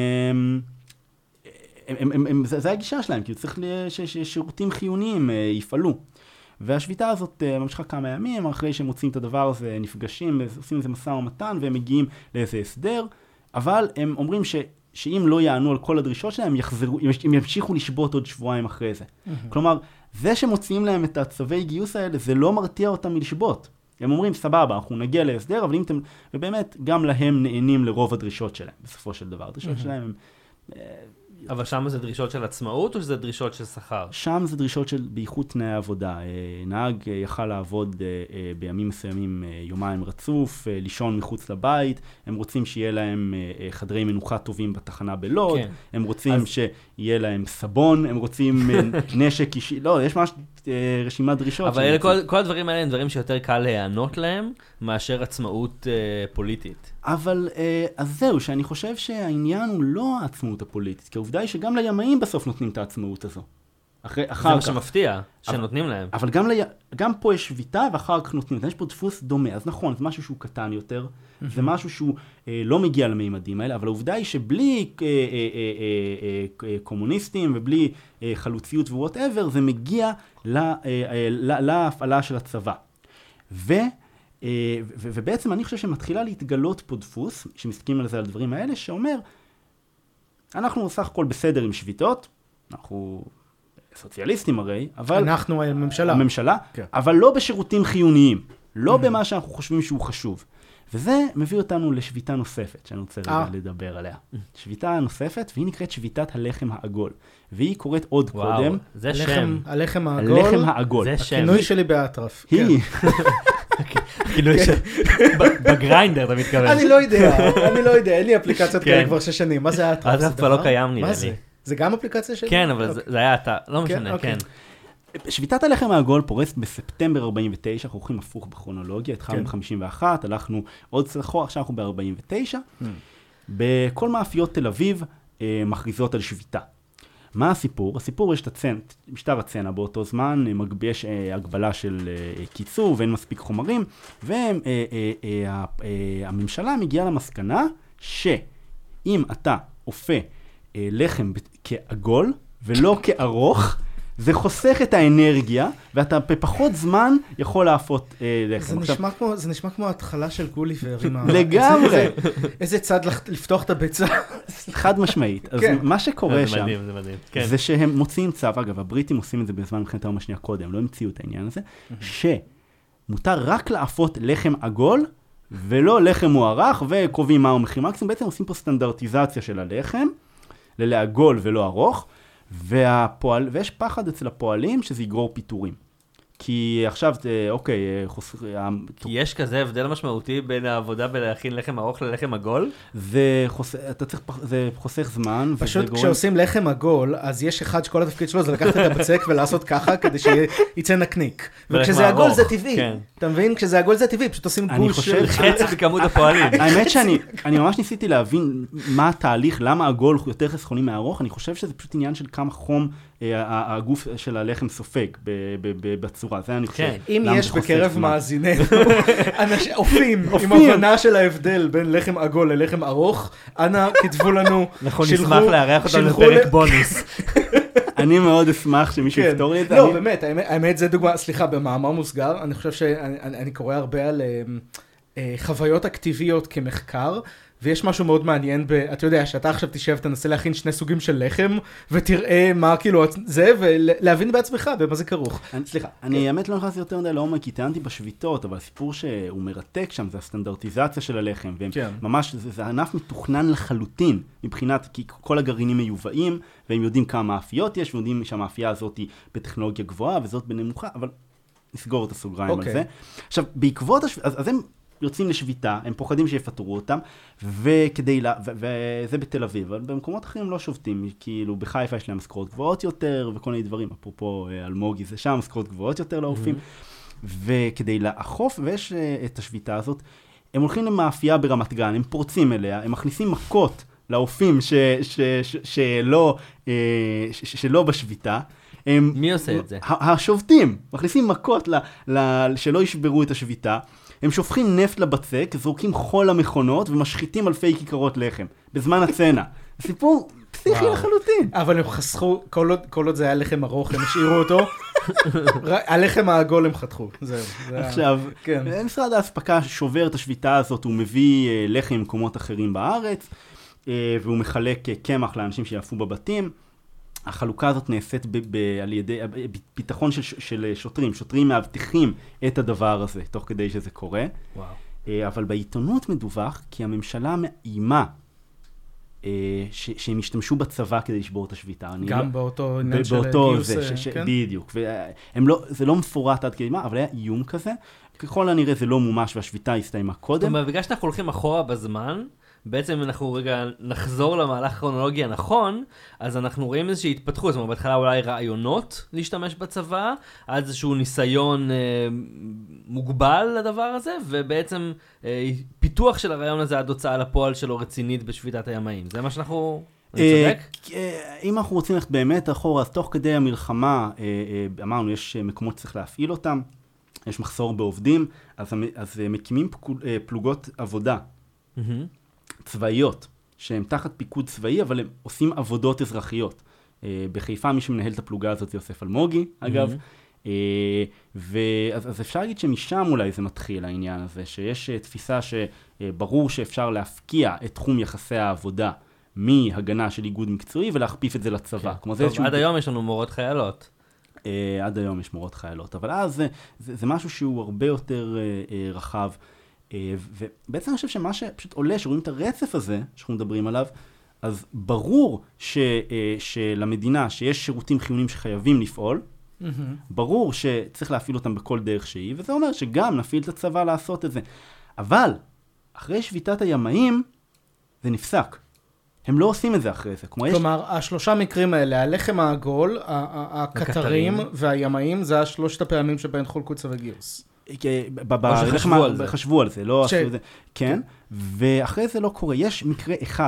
הם, הם, הם, זה, זה הגישה שלהם, כי צריך ששירותים חיוניים יפעלו. והשביתה הזאת ממשיכה כמה ימים, אחרי שהם מוצאים את הדבר הזה, נפגשים, עושים איזה משא ומתן, והם מגיעים לאיזה הסדר, אבל הם אומרים ש... שאם לא יענו על כל הדרישות שלהם, יחזרו, הם ימשיכו לשבות עוד שבועיים אחרי זה. Mm-hmm. כלומר, זה שמוציאים להם את הצווי גיוס האלה, זה לא מרתיע אותם מלשבות. הם אומרים, סבבה, אנחנו נגיע להסדר, אבל אם אתם, ובאמת, גם להם נהנים לרוב הדרישות שלהם, בסופו של דבר. הדרישות mm-hmm. שלהם הם... אבל שם זה דרישות של עצמאות, או שזה דרישות של שכר? שם זה דרישות של בייחוד תנאי עבודה. נהג יכל לעבוד בימים מסוימים יומיים רצוף, לישון מחוץ לבית, הם רוצים שיהיה להם חדרי מנוחה טובים בתחנה בלוד, כן. הם רוצים אז... שיהיה להם סבון, הם רוצים נשק אישי, לא, יש ממש רשימת דרישות. אבל אלה, כל, כל הדברים האלה הם דברים שיותר קל להיענות להם, מאשר עצמאות uh, פוליטית. אבל uh, אז זהו, שאני חושב שהעניין הוא לא העצמאות הפוליטית, כי העובדה היא שגם לימאים בסוף נותנים את העצמאות הזו. אחרי, אחר זה כך. מה שמפתיע, שנותנים אבל, להם. אבל גם, לי, גם פה יש שביתה ואחר כך נותנים. יש פה דפוס דומה, אז נכון, זה משהו שהוא קטן יותר, זה משהו שהוא אה, לא מגיע לממדים האלה, אבל העובדה היא שבלי אה, אה, אה, אה, אה, קומוניסטים ובלי אה, חלוציות ו-whatever, זה מגיע לה, אה, אה, לה, להפעלה של הצבא. ו... Uh, ו- ובעצם אני חושב שמתחילה להתגלות פה דפוס, שמסתכלים על זה על הדברים האלה, שאומר, אנחנו סך הכל בסדר עם שביתות, אנחנו סוציאליסטים הרי, אבל... אנחנו הממשלה. הממשלה, כן. אבל לא בשירותים חיוניים, לא mm-hmm. במה שאנחנו חושבים שהוא חשוב. וזה מביא אותנו לשביתה נוספת, שאני רוצה רגע לדבר עליה. שביתה נוספת, והיא נקראת שביתת הלחם העגול. והיא קוראת עוד וואו, קודם. זה שם. הלחם העגול. הלחם העגול. זה שם. הכינוי שלי באטרף. היא. הכינוי של... בגריינדר אתה מתכוון. אני לא יודע, אני לא יודע, אין לי אפליקציות כאלה כבר שש שנים. מה זה האטרף? האטרף כבר לא קיים נראה לי. זה גם אפליקציה שלי? כן, אבל זה היה אתה, לא משנה, כן. שביתת הלחם העגול פורסת בספטמבר ארבעים ותשע, אנחנו הולכים הפוך בכרונולוגיה, התחלנו ב-חמישים ואחת, הלכנו עוד צלחו, עכשיו אנחנו ב-ארבעים ותשע. בכל מאפיות תל אביב מכריזות על שביתה. מה הסיפור? הסיפור יש את הצנ... משטר הצנע באותו זמן, יש הגבלה של קיצור ואין מספיק חומרים, והממשלה מגיעה למסקנה שאם אתה אופה לחם כעגול ולא כארוך, זה חוסך את האנרגיה, ואתה בפחות זמן יכול להפות לחם. זה נשמע כמו, זה נשמע כמו ההתחלה של גוליבר. לגמרי. איזה צד לפתוח את הביצה. חד משמעית. אז מה שקורה שם, זה שהם מוציאים צו, אגב, הבריטים עושים את זה בזמן מלחמת העולם השנייה קודם, לא המציאו את העניין הזה, שמותר רק להפות לחם עגול, ולא לחם מוארך, וקובעים מה הוא מחיר מקסימום. בעצם עושים פה סטנדרטיזציה של הלחם, ללעגול ולא ארוך, והפועל, ויש פחד אצל הפועלים שזה יגרור פיטורים. כי עכשיו, אוקיי, חוס... כי יש כזה הבדל משמעותי בין העבודה בלהכין לחם ארוך ללחם עגול? זה חוסך, אתה צריך, זה חוסך זמן. פשוט כשעושים גורם... לחם עגול, אז יש אחד שכל התפקיד שלו זה לקחת את הבצק ולעשות ככה, כדי שיצא נקניק. וכשזה עגול זה טבעי. כן. אתה מבין? כשזה עגול זה טבעי, פשוט עושים גוש של חצי בכמות הפועלים. האמת שאני, אני ממש ניסיתי להבין מה התהליך, למה עגול יותר חסכוני מארוך. אני חושב שזה פשוט עניין של כמה חום הגוף של הלחם סופג בצורה, זה אני חושב. אם יש בקרב מאזיננו, אופים עם הבנה של ההבדל בין לחם עגול ללחם ארוך, אנא כתבו לנו, אנחנו נשמח לארח אותנו לפרק בונוס. אני מאוד אשמח שמישהו יפתור לי את זה. לא, באמת, האמת זה דוגמה, סליחה, במאמר מוסגר, אני חושב שאני קורא הרבה על חוויות אקטיביות כמחקר, ויש משהו מאוד מעניין, ב, אתה יודע, שאתה עכשיו תשב, תנסה להכין שני סוגים של לחם, ותראה מה כאילו זה, ולהבין בעצמך במה זה כרוך. אני, סליחה, אני האמת לא נכנסתי יותר מדי לעומק, כי טענתי בשביתות, אבל הסיפור שהוא מרתק שם, זה הסטנדרטיזציה של הלחם, וממש, זה, זה ענף מתוכנן לחלוטין, מבחינת, כי כל הגרעינים מיובאים, והם יודעים כמה מאפיות יש, ויודעים שהמאפייה הזאת היא בטכנולוגיה גבוהה, וזאת בנמוכה, אבל נסגור את הסוגריים על זה. עכשיו, בעקבות השביתה, אז, אז הם יוצאים לשביתה, הם פוחדים שיפטרו אותם, וכדי, לה, ו, וזה בתל אביב, אבל במקומות אחרים לא שובתים, כאילו בחיפה יש להם משכורות גבוהות יותר, וכל מיני דברים, אפרופו אלמוגי זה שם, משכורות גבוהות יותר לאורפים, mm-hmm. וכדי לאכוף, ויש את השביתה הזאת, הם הולכים למאפייה ברמת גן, הם פורצים אליה, הם מכניסים מכות לאורפים ש, ש, ש, ש, שלא, ש, ש, שלא בשביתה, הם, מי עושה את זה? השובתים, מכניסים מכות ל, ל, שלא ישברו את השביתה, הם שופכים נפט לבצק, זורקים חול למכונות ומשחיתים אלפי כיכרות לחם, בזמן הצנע. סיפור פסיכי לחלוטין. אבל הם חסכו, כל עוד, כל עוד זה היה לחם ארוך, הם השאירו אותו, הלחם העגול הם חתכו. זהו. עכשיו, כן. משרד האספקה שובר את השביתה הזאת, הוא מביא לחם ממקומות אחרים בארץ, והוא מחלק קמח לאנשים שיעפו בבתים. החלוקה הזאת נעשית ב- ב- על ידי ביטחון של, של שוטרים. שוטרים מאבטחים את הדבר הזה, תוך כדי שזה קורה. וואו. אבל בעיתונות מדווח כי הממשלה מאיימה ש- שהם ישתמשו בצבא כדי לשבור את השביתה. גם לא, באותו עניין של גיוס, זה, ש- ש- כן? בדיוק. והם לא, זה לא מפורט עד כדי מה, אבל היה איום כזה. ככל הנראה זה לא מומש והשביתה הסתיימה קודם. זאת אומרת, בגלל שאנחנו הולכים אחורה בזמן, בעצם אנחנו רגע נחזור למהלך הכרונולוגי הנכון, אז אנחנו רואים איזושהי התפתחות, זאת אומרת, בהתחלה אולי רעיונות להשתמש בצבא, עד איזשהו ניסיון אה, מוגבל לדבר הזה, ובעצם אה, פיתוח של הרעיון הזה עד הוצאה לפועל שלו רצינית בשביתת הימאים. זה מה שאנחנו... אני צודק? אם אנחנו רוצים ללכת באמת אחורה, אז תוך כדי המלחמה, אמרנו, יש מקומות שצריך להפעיל אותם, יש מחסור בעובדים, אז, אז מקימים פלוגות עבודה. Mm-hmm. צבאיות, שהן תחת פיקוד צבאי, אבל הם עושים עבודות אזרחיות. בחיפה מי שמנהל את הפלוגה הזאת זה יוסף אלמוגי, אגב. ואז אפשר להגיד שמשם אולי זה מתחיל העניין הזה, שיש תפיסה שברור שאפשר להפקיע את תחום יחסי העבודה מהגנה של איגוד מקצועי ולהכפיף את זה לצבא. טוב, עד היום יש לנו מורות חיילות. עד היום יש מורות חיילות, אבל אז זה משהו שהוא הרבה יותר רחב. ובעצם אני חושב שמה שפשוט עולה, שרואים את הרצף הזה שאנחנו מדברים עליו, אז ברור ש, שלמדינה שיש שירותים חיוניים שחייבים לפעול, mm-hmm. ברור שצריך להפעיל אותם בכל דרך שהיא, וזה אומר שגם נפעיל את הצבא לעשות את זה. אבל אחרי שביתת הימאים זה נפסק. הם לא עושים את זה אחרי זה. כלומר, יש... השלושה מקרים האלה, הלחם העגול, הקטרים והימאים, זה השלושת הפעמים שבהם חולקו צווי גיוס. חשבו על זה, לא עשו את זה. כן, ואחרי זה לא קורה. יש מקרה אחד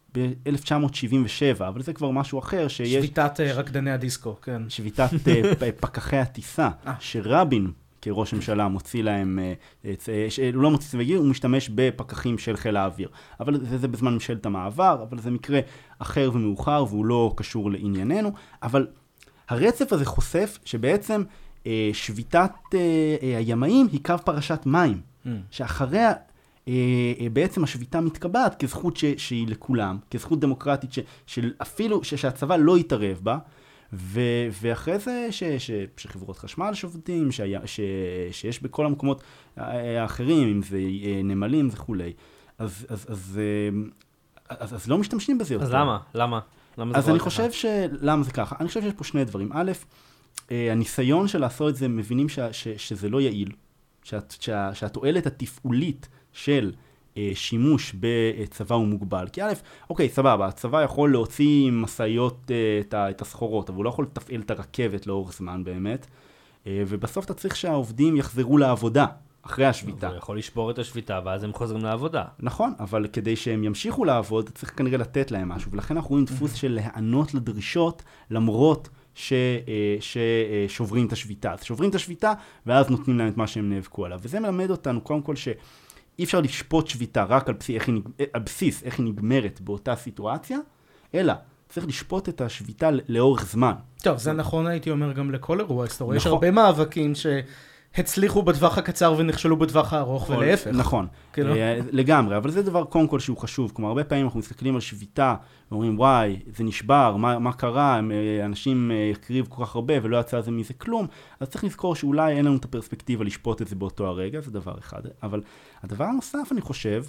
ב-אלף תשע מאות שבעים ושבע, אבל זה כבר משהו אחר שיש... שביתת רקדני הדיסקו, כן. שביתת פקחי הטיסה, שרבין כראש ממשלה מוציא להם, הוא לא מוציא צבאי, הוא משתמש בפקחים של חיל האוויר. אבל זה, זה בזמן ממשלת המעבר, אבל זה מקרה אחר ומאוחר, והוא לא קשור לענייננו. אבל הרצף הזה חושף שבעצם שביתת הימאים היא קו פרשת מים, שאחריה בעצם השביתה מתקבעת כזכות ש, שהיא לכולם, כזכות דמוקרטית ש, של אפילו ש, שהצבא לא יתערב בה, ו, ואחרי זה ש, ש, שחברות חשמל שובתים, ש, ש, שיש בכל המקומות האחרים, אם זה נמלים וכולי. אז, אז, אז, אז, אז לא משתמשים בזה יותר. אז למה? למה? למה אז אני חושב ש... למה זה ככה? אני חושב שיש פה שני דברים. א', הניסיון של לעשות את זה, מבינים ש, ש, שזה לא יעיל, שאת, שה, שהתועלת התפעולית של אה, שימוש בצבא הוא מוגבל. כי א', אוקיי, סבבה, הצבא יכול להוציא מסעיות אה, את, את הסחורות, אבל הוא לא יכול לתפעל את הרכבת לאורך זמן באמת, אה, ובסוף אתה צריך שהעובדים יחזרו לעבודה אחרי השביתה. הוא יכול לשבור את השביתה, ואז הם חוזרים לעבודה. נכון, אבל כדי שהם ימשיכו לעבוד, צריך כנראה לתת להם משהו, ולכן אנחנו רואים דפוס של להיענות לדרישות, למרות ש, אה, ששוברים את השביתה. אז שוברים את השביתה, ואז נותנים להם את מה שהם נאבקו עליו. וזה מלמד אותנו, קודם כל, שאי אפשר לשפוט שביתה רק על בסיס איך היא, על בסיס, איך היא נגמרת באותה סיטואציה, אלא צריך לשפוט את השביתה לאורך זמן. טוב, זה נכון, הייתי אומר גם לכל אירוע היסטורי. יש הרבה מאבקים ש... הצליחו בטווח הקצר ונכשלו בטווח הארוך, ולהפך. נכון, לגמרי, אבל זה דבר קודם כל שהוא חשוב. כלומר, הרבה פעמים אנחנו מסתכלים על שביתה, ואומרים, וואי, זה נשבר, מה, מה קרה? אנשים יקריב כל כך הרבה, ולא יצא זה מזה כלום. אז צריך לזכור שאולי אין לנו את הפרספקטיבה לשפוט את זה באותו הרגע, זה דבר אחד. אבל הדבר הנוסף, אני חושב,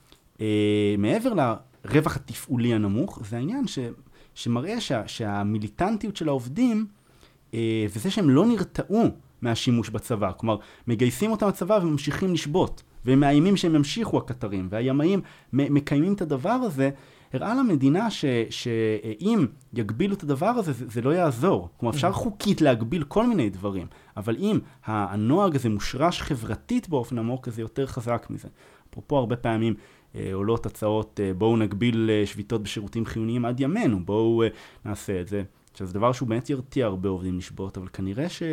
מעבר לרווח התפעולי הנמוך, זה העניין ש, שמראה שה, שהמיליטנטיות של העובדים, וזה שהם לא נרתעו, מהשימוש בצבא. כלומר, מגייסים אותם לצבא וממשיכים לשבות, והם מאיימים שהם ימשיכו הקטרים, והימאים מקיימים את הדבר הזה, הראה למדינה ש, שאם יגבילו את הדבר הזה, זה, זה לא יעזור. כלומר, אפשר חוקית להגביל כל מיני דברים, אבל אם הנוהג הזה מושרש חברתית באופן עמוק, זה יותר חזק מזה. אפרופו, הרבה פעמים אה, עולות הצעות, אה, בואו נגביל אה, שביתות בשירותים חיוניים עד ימינו, בואו אה, נעשה את זה. עכשיו, זה דבר שהוא באמת ירתיע הרבה עובדים לשבות, אבל כנראה ש...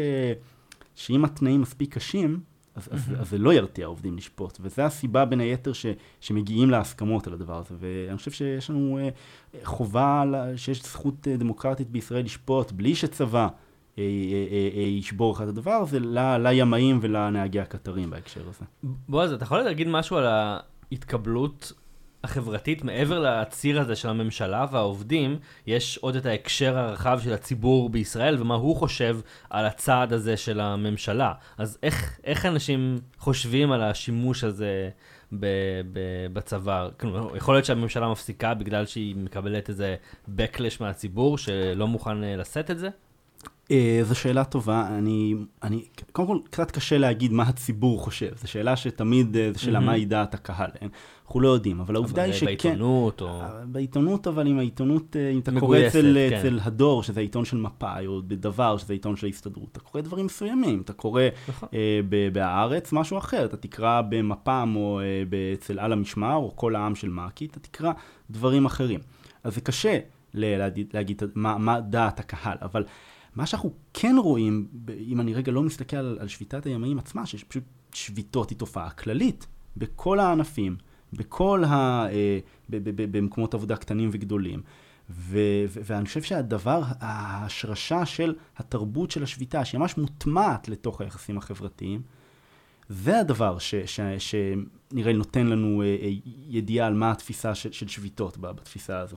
שאם התנאים מספיק קשים, אז, אז, אז זה לא ירתיע עובדים לשפוט, וזו הסיבה בין היתר ש, שמגיעים להסכמות על הדבר הזה, ואני חושב שיש לנו אה, חובה, שיש זכות אה, דמוקרטית בישראל לשפוט, בלי שצבא אה, אה, אה, אה, ישבור אחד הדבר הזה, ל, לימאים ולנהגי הקטרים בהקשר הזה. בועז, אתה יכול להגיד משהו על ההתקבלות החברתית, מעבר לציר הזה של הממשלה והעובדים, יש עוד את ההקשר הרחב של הציבור בישראל, ומה הוא חושב על הצעד הזה של הממשלה. אז איך, איך אנשים חושבים על השימוש הזה ב, ב, בצבא? כלומר, יכול להיות שהממשלה מפסיקה בגלל שהיא מקבלת איזה backlash מהציבור, שלא מוכן לשאת את זה? זו שאלה טובה. אני, אני, קודם כל, קצת קשה להגיד מה הציבור חושב. זו שאלה שתמיד, זו שאלה מה היא דעת הקהל. אנחנו לא יודעים, אבל העובדה היא שכן. בעיתונות או... בעיתונות, אבל אם העיתונות, אם אתה קורא אצל הדור, שזה העיתון של מפאי, או בדבר, שזה העיתון של ההסתדרות, אתה קורא דברים מסוימים. אתה קורא בהארץ משהו אחר. אתה תקרא במפ"ם או אצל על המשמר, או כל העם של מאקי, אתה תקרא דברים אחרים. אז זה קשה להגיד מה דעת הקהל, אבל מה שאנחנו כן רואים, אם אני רגע לא מסתכל על, על שביתת הימאים עצמה, שיש פשוט שביתות היא תופעה כללית, בכל הענפים, בכל ה... אה, ב, ב, ב, במקומות עבודה קטנים וגדולים. ו, ו, ואני חושב שהדבר, ההשרשה של התרבות של השביתה, שהיא ממש מוטמעת לתוך היחסים החברתיים, זה הדבר ש, ש, שנראה נותן לנו אה, אה, ידיעה על מה התפיסה של, של שביתות בתפיסה הזו.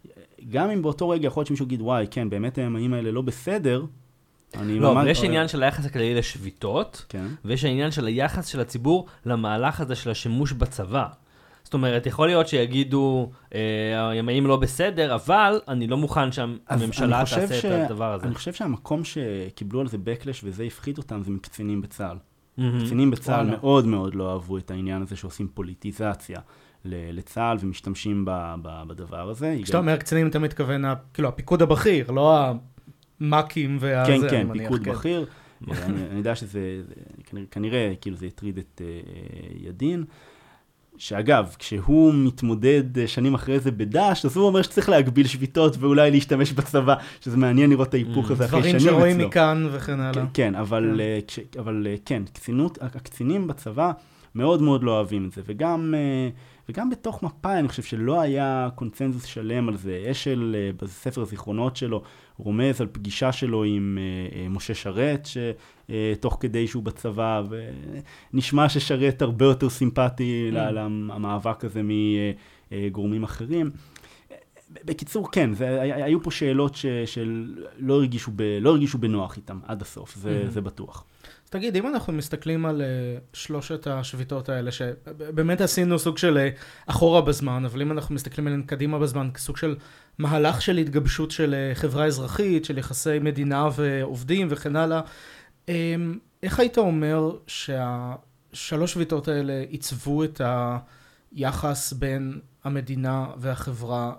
גם אם באותו רגע יכול להיות שמישהו יגיד, וואי, כן, באמת הימאים האלה לא בסדר, אני לא, אבל יש עניין של היחס הכללי לשביתות, כן. ויש העניין של היחס של הציבור למהלך הזה של השימוש בצבא. זאת אומרת, יכול להיות שיגידו, אה, הימאים לא בסדר, אבל אני לא מוכן שהממשלה תעשה ש... את הדבר הזה. אני חושב שהמקום שקיבלו על זה בקלש וזה הפחיד אותם, זה מקצינים בצה"ל. Mm-hmm. קצינים בצה"ל מאוד מאוד לא אהבו את העניין הזה שעושים פוליטיזציה לצה"ל ומשתמשים בדבר הזה. כשאתה אומר קצינים, אתה מתכוון, כאילו, הפיקוד הבכיר, לא המאקים והזה. כן, כן, פיקוד בכיר. אני יודע שזה, כנראה, כאילו, זה יטריד את ידין. שאגב, כשהוא מתמודד שנים אחרי זה בדש, אז הוא אומר שצריך להגביל שביתות ואולי להשתמש בצבא, שזה מעניין לראות את ההיפוך הזה אחרי שנים אצלו. דברים שרואים מכאן וכן הלאה. כן, אבל כש, אבל כן, קצינות, הקצינים בצבא מאוד מאוד לא אוהבים את זה, וגם, וגם בתוך מפא"י אני חושב שלא היה קונצנזוס שלם על זה. אשל בספר הזיכרונות שלו רומז על פגישה שלו עם משה שרת, שתוך כדי שהוא בצבא, ונשמע ששרת הרבה יותר סימפטי למאבק הזה מגורמים אחרים. בקיצור, כן, זה, היו פה שאלות ש, שלא הרגישו, ב, לא הרגישו בנוח איתם עד הסוף, זה, mm-hmm. זה בטוח. אז תגיד, אם אנחנו מסתכלים על uh, שלושת השביתות האלה, שבאמת עשינו סוג של uh, אחורה בזמן, אבל אם אנחנו מסתכלים עליהן קדימה בזמן, כסוג של מהלך של התגבשות של uh, חברה אזרחית, של יחסי מדינה ועובדים וכן הלאה, um, איך היית אומר שהשלוש שביתות האלה עיצבו את היחס בין המדינה והחברה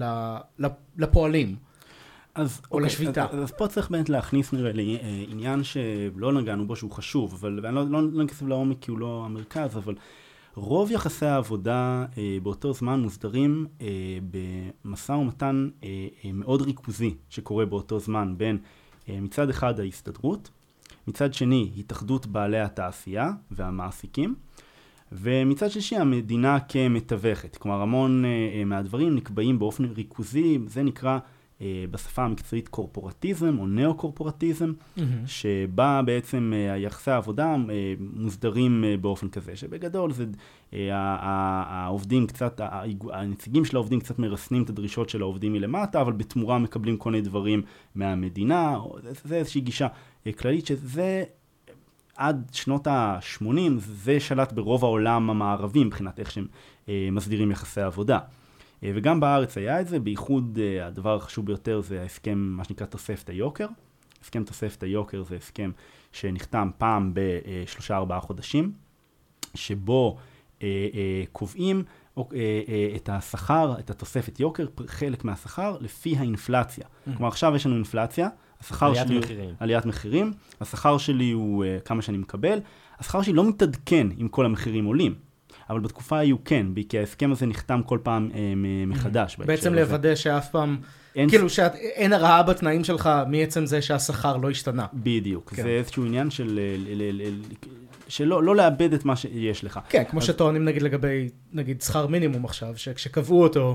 לפועלים, אז, או אוקיי, לשביתה. אז, אז פה צריך באמת להכניס נראה לי עניין שלא נגענו בו שהוא חשוב, אבל ואני לא, לא, לא נכנס לעומק כי הוא לא המרכז, אבל רוב יחסי העבודה אה, באותו זמן מוסדרים אה, במשא ומתן אה, אה, מאוד ריכוזי שקורה באותו זמן בין אה, מצד אחד ההסתדרות, מצד שני התאחדות בעלי התעשייה והמעסיקים, ומצד שלישי המדינה כמתווכת. כלומר, המון uh, מהדברים נקבעים באופן ריכוזי, זה נקרא uh, בשפה המקצועית קורפורטיזם או נאו-קורפורטיזם, mm-hmm. שבה בעצם uh, יחסי העבודה uh, מוסדרים uh, באופן כזה, שבגדול זה uh, העובדים קצת, הנציגים של העובדים קצת מרסנים את הדרישות של העובדים מלמטה, אבל בתמורה מקבלים כל מיני דברים מהמדינה, זה, זה איזושהי גישה uh, כללית שזה עד שנות ה-שמונים, זה שלט ברוב העולם המערבי מבחינת איך שהם אה, מסדירים יחסי עבודה. אה, וגם בארץ היה את זה, בייחוד אה, הדבר החשוב ביותר זה ההסכם, מה שנקרא תוספת היוקר. הסכם תוספת היוקר זה הסכם שנחתם פעם בשלושה ארבעה חודשים, שבו אה, אה, קובעים אה, אה, את השכר, את התוספת יוקר, חלק מהשכר, לפי האינפלציה. Mm-hmm. כלומר, עכשיו יש לנו אינפלציה, השכר עליית שלי, מחירים. עליית מחירים, השכר שלי הוא uh, כמה שאני מקבל, השכר שלי לא מתעדכן אם כל המחירים עולים, אבל בתקופה היו כן, כי ההסכם הזה נחתם כל פעם uh, מחדש. בעצם לוודא שאף פעם, אין... כאילו שאין הרעה בתנאים שלך מעצם זה שהשכר לא השתנה. בדיוק, כן. זה איזשהו עניין של, ל, ל, ל, שלא לא לאבד את מה שיש לך. כן, כמו אז... שטוענים נגיד לגבי, נגיד שכר מינימום עכשיו, שכשקבעו אותו,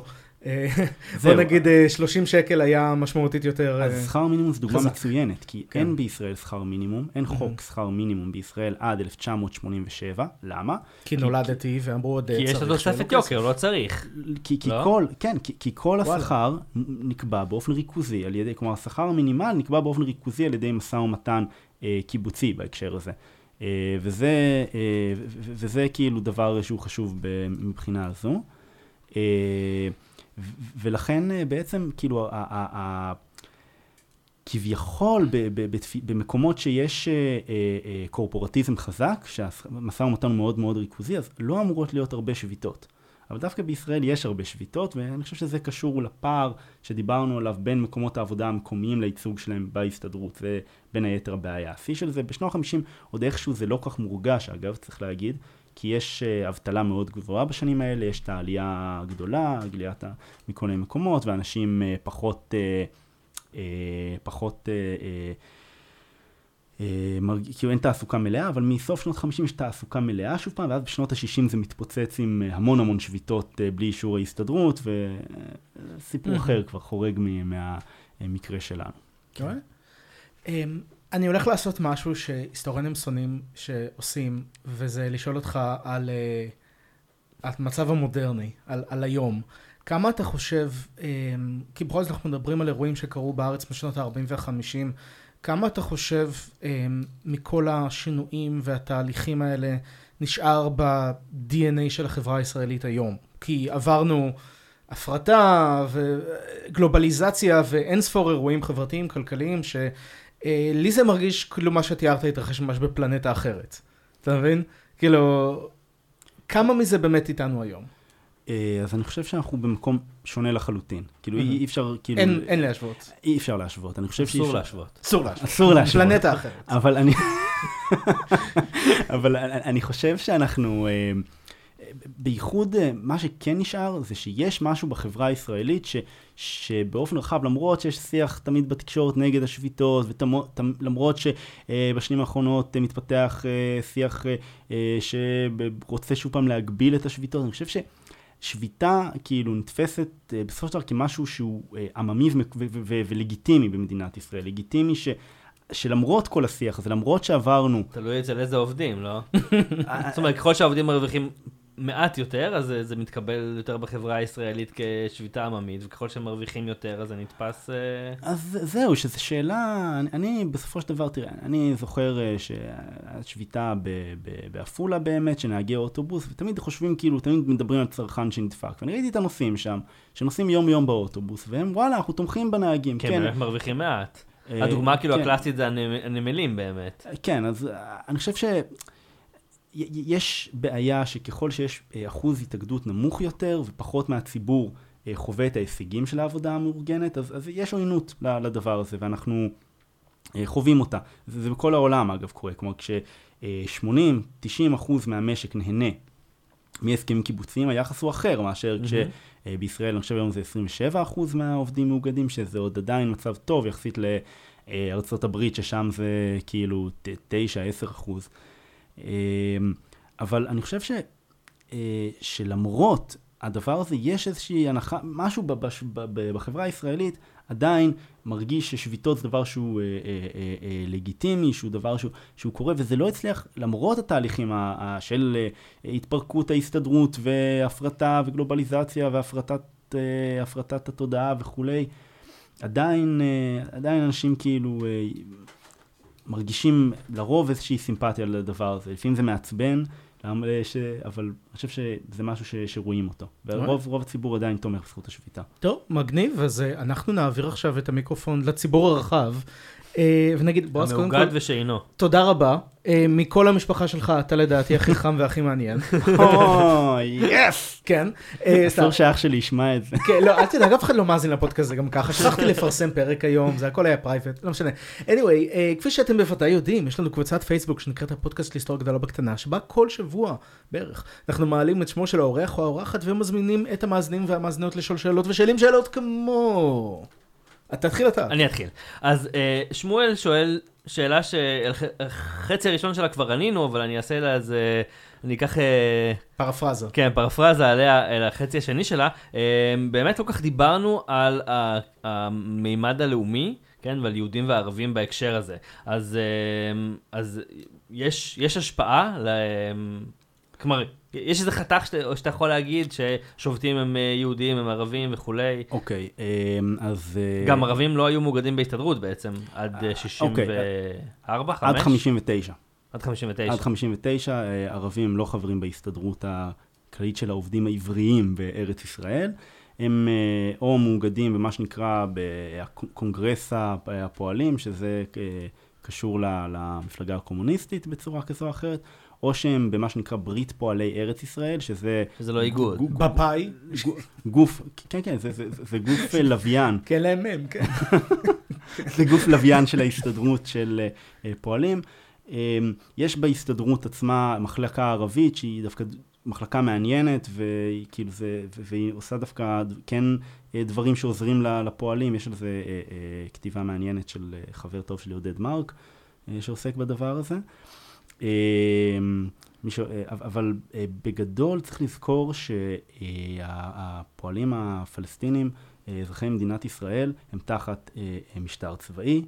בוא נגיד שלושים שקל היה משמעותית יותר. אז שכר מינימום זה דוגמה מצוינת, כי אין בישראל שכר מינימום, אין חוק שכר מינימום בישראל עד אלף תשע מאות שמונים ושבע, למה? כי נולדתי ואמרו עוד צריך. כי יש לו תוספת יוקר, לא צריך. כן, כי כל השכר נקבע באופן ריכוזי על ידי, כלומר השכר המינימל נקבע באופן ריכוזי על ידי משא ומתן קיבוצי בהקשר הזה. וזה, וזה כאילו דבר שהוא חשוב מבחינה הזו. ולכן בעצם כאילו כביכול במקומות שיש קורפורטיזם חזק, שהמשא ומתן מאוד מאוד ריכוזי, אז לא אמורות להיות הרבה שביתות. אבל דווקא בישראל יש הרבה שביתות, ואני חושב שזה קשור לפער שדיברנו עליו בין מקומות העבודה המקומיים לייצוג שלהם בהסתדרות, ובין היתר הבעיה. השיא של זה בשנות ה-חמישים עוד איכשהו זה לא כך מורגש, אגב, צריך להגיד, כי יש uh, אבטלה מאוד גבוהה בשנים האלה, יש את העלייה הגדולה, עליית מכל מיני מקומות, ואנשים uh, פחות, uh, uh, פחות, uh, uh, uh, מרג... כאילו אין תעסוקה מלאה, אבל מסוף שנות ה-חמישים יש תעסוקה מלאה שוב פעם, ואז בשנות ה-שישים זה מתפוצץ עם uh, המון המון שביתות uh, בלי אישור ההסתדרות, וסיפור uh, אחר כבר חורג מהמקרה שלנו. כן. Um... אני הולך לעשות משהו שהיסטוריונים שונאים שעושים, וזה לשאול אותך על, על מצב המודרני, על, על היום. כמה אתה חושב, כי בכל זאת אנחנו מדברים על אירועים שקרו בארץ בשנות ה-ארבעים וה-חמישים, כמה אתה חושב מכל השינויים והתהליכים האלה נשאר ב-די אן איי של החברה הישראלית היום? כי עברנו הפרטה וגלובליזציה ואין ספור אירועים חברתיים, כלכליים, ש... לי זה מרגיש כאילו מה שתיארת התרחש ממש בפלנטה אחרת. אתה מבין? כאילו, כמה מזה באמת איתנו היום? אז אני חושב שאנחנו במקום שונה לחלוטין. כאילו, אי אפשר, כאילו... אין להשוות. אי אפשר להשוות. אני חושב שאי אפשר... אסור להשוות. אסור להשוות. אסור להשוות. פלנטה אחרת. אבל אני... אבל אני חושב שאנחנו... בייחוד מה שכן נשאר זה שיש משהו בחברה הישראלית ש, שבאופן רחב, למרות שיש שיח תמיד בתקשורת נגד השביתות, ולמרות שבשנים האחרונות מתפתח שיח שרוצה שוב פעם להגביל את השביתות, אני חושב ששביתה כאילו נתפסת בסופו של דבר כמשהו שהוא עממי ולגיטימי במדינת ישראל, לגיטימי ש... שלמרות כל השיח הזה, למרות שעברנו... תלוי אצל איזה עובדים, לא? זאת אומרת, ככל שהעובדים מרוויחים מעט יותר, אז זה מתקבל יותר בחברה הישראלית כשביתה עממית, וככל שהם מרוויחים יותר, אז זה נתפס... אז זהו, שזו שאלה... אני בסופו של דבר, תראה, אני זוכר שהשביתה באפולה באמת, שנהגי אוטובוס, ותמיד חושבים כאילו, תמיד מדברים על צרכן שנדפק, ואני ראיתי את הנוסעים שם, שנוסעים יום יום באוטובוס, והם, וואלה, אנחנו תומכים בנהגים. כן, הם מרוויחים מעט. הדוגמה כאילו הקלאסית זה הנמלים באמת. כן, אז אני חושב שיש בעיה שככל שיש אחוז התאגדות נמוך יותר ופחות מהציבור חווה את ההישגים של העבודה המאורגנת, אז, אז יש עוינות לדבר הזה ואנחנו חווים אותה. זה בכל העולם אגב קורה, כמו כש-שמונים עד תשעים אחוז מהמשק נהנה מהסכמים קיבוציים, היחס הוא אחר מאשר כש... בישראל, אני חושב היום זה עשרים ושבעה אחוז מהעובדים מאוגדים, שזה עוד עדיין מצב טוב יחסית לארצות הברית, ששם זה כאילו תשע עד עשר אחוז. אבל אני חושב ש, שלמרות הדבר הזה, יש איזושהי הנחה, משהו בחברה הישראלית עדיין מרגיש ששביתות זה דבר שהוא אה, אה, אה, לגיטימי, שהוא דבר שהוא, שהוא קורה, וזה לא הצליח, למרות התהליכים ה, של אה, התפרקות ההסתדרות והפרטה וגלובליזציה והפרטת אה, הפרטת התודעה וכולי, עדיין, אה, עדיין אנשים כאילו אה, מרגישים לרוב איזושהי סימפתיה לדבר הזה. לפעמים זה מעצבן, ש... אבל אני חושב שזה משהו ש... שרואים אותו. ורוב רוב הציבור עדיין תומך בזכות השביתה. טוב, מגניב. אז אנחנו נעביר עכשיו את המיקרופון לציבור הרחב. ונגיד, בועז, קודם כל... המאוגד ושאינו. תודה רבה. מכל המשפחה שלך, אתה לדעתי הכי חם והכי מעניין. אוי, יס! כן. אסור שאח שלי ישמע את זה. כן, לא, אל תדאג, אף אחד לא מאזין לפודקאסט הזה גם ככה. שכחתי לפרסם פרק היום, זה הכל היה פרייבט, לא משנה. anyway, כפי שאתם בוודאי יודעים, יש לנו קבוצת פייסבוק שנקראת הפודקאסט להיסטוריה גדולה בקטנה, שבה כל שבוע בערך אנחנו מעלים את שמו של האורח או האורחת, ומזמינים את המאזינים והמאזינות לשאול שאלות ושאלים שאלות כמו... אתה תתחיל אתה. אני אתחיל. אז שמואל שואל שאלה שהחצי הראשון שלה כבר ענינו, אבל אני אעשה לה איזה, אני אקח... פרפרזה. כן, פרפרזה עליה, אל החצי השני שלה. באמת לא כך דיברנו על המימד הלאומי, כן, ועל יהודים וערבים בהקשר הזה. אז, אז יש, יש השפעה ל... כלומר, יש איזה חתך שאתה, שאתה יכול להגיד ששובטים הם יהודים, הם ערבים וכולי. אוקיי, אז... גם ערבים לא היו מאוגדים בהסתדרות בעצם, עד שישים וארבע, חמש? עד חמישים ותשע. עד חמישים ותשע. עד חמישים ותשע, ערבים לא חברים בהסתדרות הכללית של העובדים העבריים בארץ ישראל. הם או מאוגדים במה שנקרא בקונגרס הפועלים, שזה קשור למפלגה הקומוניסטית בצורה כזו או אחרת. או שהם במה שנקרא ברית פועלי ארץ ישראל, שזה... שזה לא איגוד. בפאי. גוף, כן, כן, זה, זה, זה גוף לוויין. כן, להם הם, כן. זה גוף לוויין של ההסתדרות של פועלים. יש בהסתדרות עצמה מחלקה ערבית, שהיא דווקא מחלקה מעניינת, וכאילו זה, והיא עושה דווקא, כן, דברים שעוזרים לפועלים. יש על זה כתיבה מעניינת של חבר טוב של עודד מרק, שעוסק בדבר הזה. אבל בגדול צריך לזכור שהפועלים הפלסטינים, אזרחי מדינת ישראל, הם תחת משטר צבאי,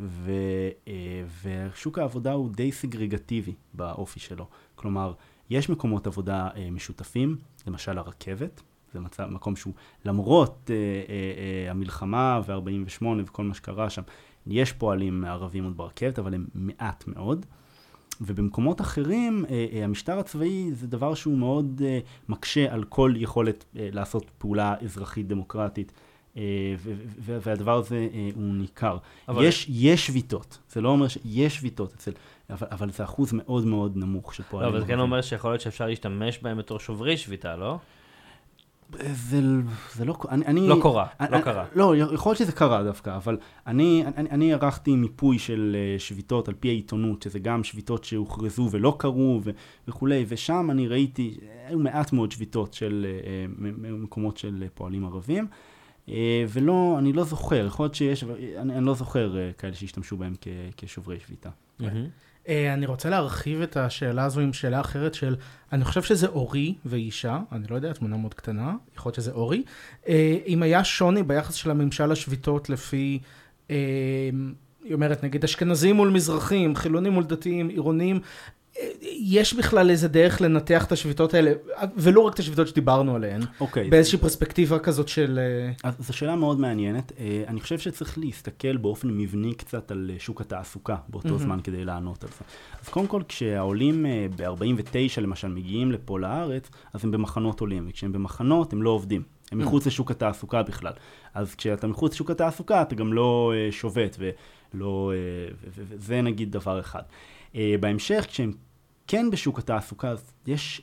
ושוק העבודה הוא די סגרגטיבי באופי שלו. כלומר, יש מקומות עבודה משותפים, למשל הרכבת, זה מצב, מקום שהוא למרות המלחמה ו-ארבעים ושמונה וכל מה שקרה שם, יש פועלים ערבים עוד ברכבת, אבל הם מעט מאוד. ובמקומות אחרים, המשטר הצבאי זה דבר שהוא מאוד מקשה על כל יכולת לעשות פעולה אזרחית דמוקרטית, והדבר הזה הוא ניכר. אבל... יש, יש שביתות, זה לא אומר שיש שביתות אצל, אבל, אבל זה אחוז מאוד מאוד נמוך של פועלים. לא, אבל זה כן אומר שיכול להיות שאפשר להשתמש בהם בתור שוברי שביתה, לא? זה, זה לא, אני, אני, לא קורה, אני, לא קרה. לא, יכול להיות שזה קרה דווקא, אבל אני, אני, אני ערכתי מיפוי של שביתות על פי העיתונות, שזה גם שביתות שהוכרזו ולא קרו ו, וכולי, ושם אני ראיתי, היו מעט מאוד שביתות של מקומות של פועלים ערבים, ולא, אני לא זוכר, יכול להיות שיש, אני, אני לא זוכר כאלה שהשתמשו בהם כ, כשוברי שביתה. Mm-hmm. אני רוצה להרחיב את השאלה הזו עם שאלה אחרת של, אני חושב שזה אורי ואישה, אני לא יודע, תמונה מאוד קטנה, יכול להיות שזה אורי, אם היה שוני ביחס של הממשל השביתות לפי, היא אומרת, נגיד אשכנזים מול מזרחים, חילונים מול דתיים, עירונים, יש בכלל איזה דרך לנתח את השביתות האלה, ולא רק את השביתות שדיברנו עליהן, אוקיי. באיזושהי פרספקטיבה כזאת של... אז זו שאלה מאוד מעניינת. אני חושב שצריך להסתכל באופן מבני קצת על שוק התעסוקה באותו זמן כדי לענות על זה. אז קודם כל, כשהעולים ב-ארבעים ותשע למשל מגיעים לפה לארץ, אז הם במחנות עולים, וכשהם במחנות הם לא עובדים. הם מחוץ לשוק התעסוקה בכלל. אז כשאתה מחוץ לשוק התעסוקה, אתה גם לא שובת, ולא... וזה נגיד דבר אחד. בהמשך, כשהם כן בשוק התעסוקה, אז יש,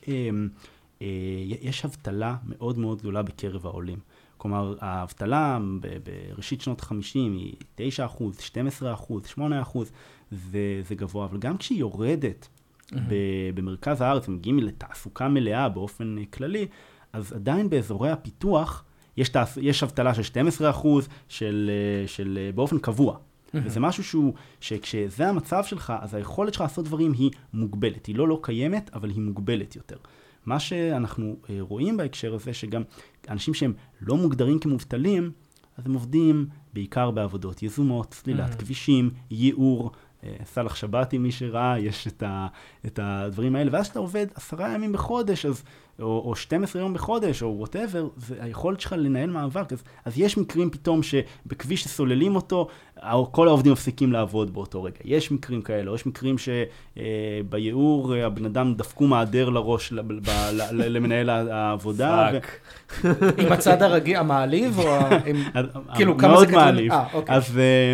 יש הבטלה מאוד מאוד גדולה בקרב העולים. כלומר, ההבטלה בראשית שנות ה-חמישים היא תשע אחוז, שתים עשרה אחוז, שמונה אחוז, זה, זה גבוה. אבל גם כשהיא יורדת במרכז הארץ, מגיעים לתעסוקה מלאה באופן כללי, אז עדיין באזורי הפיתוח יש, תעס... יש הבטלה של שתים עשרה אחוז של, של, באופן קבוע. וזה משהו שהוא, שכשזה המצב שלך, אז היכולת שלך לעשות דברים היא מוגבלת. היא לא לא קיימת, אבל היא מוגבלת יותר. מה שאנחנו רואים בהקשר הזה, שגם אנשים שהם לא מוגדרים כמובטלים, אז הם עובדים בעיקר בעבודות יזומות, סלילת כבישים, ייעור, סלח שבתי מי שראה, יש את, ה, את הדברים האלה. ואז שאתה עובד עשרה ימים בחודש, אז, או, או שתים עשרה יום בחודש, או whatever, זה היכולת שלך לנהל מאבק. אז, אז יש מקרים פתאום שבכביש שסוללים אותו, כל העובדים מפסיקים לעבוד באותו רגע. יש מקרים כאלה, או יש מקרים שבייעור הבן אדם דפקו מעדר לראש ל, ב, ל, ל, למנהל העבודה. פאק. ו... עם הצד הרגיל, המעליב, או... עם... כאילו, כמה מאוד זה מעליב. אה, אוקיי. אז...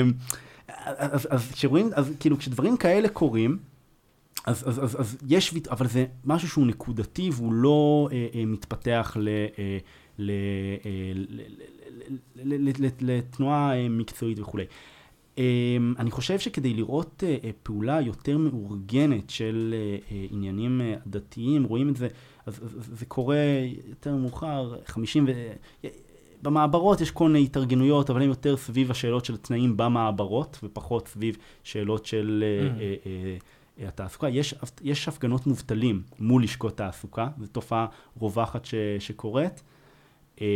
אז, אז כשרואים, אז כאילו כשדברים כאלה קורים, אז, אז, אז, אז יש, אבל זה משהו שהוא נקודתי והוא לא אה, אה, מתפתח ל, אה, ל, אה, ל, ל, ל, ל, ל, לתנועה אה, מקצועית וכו'. אה, אני חושב שכדי לראות אה, פעולה יותר מאורגנת של אה, אה, עניינים אה, דתיים, רואים את זה, אז, אז, אז זה קורה יותר מאוחר, חמישים ו... במעברות יש כל מיני התארגנויות, אבל הם יותר סביב השאלות של תנאים במעברות, ופחות סביב שאלות של mm-hmm. אה, אה, אה, התעסוקה. יש, יש הפגנות מובטלים מול לשכות תעסוקה, זו תופעה רווחת ש, שקורית. אה,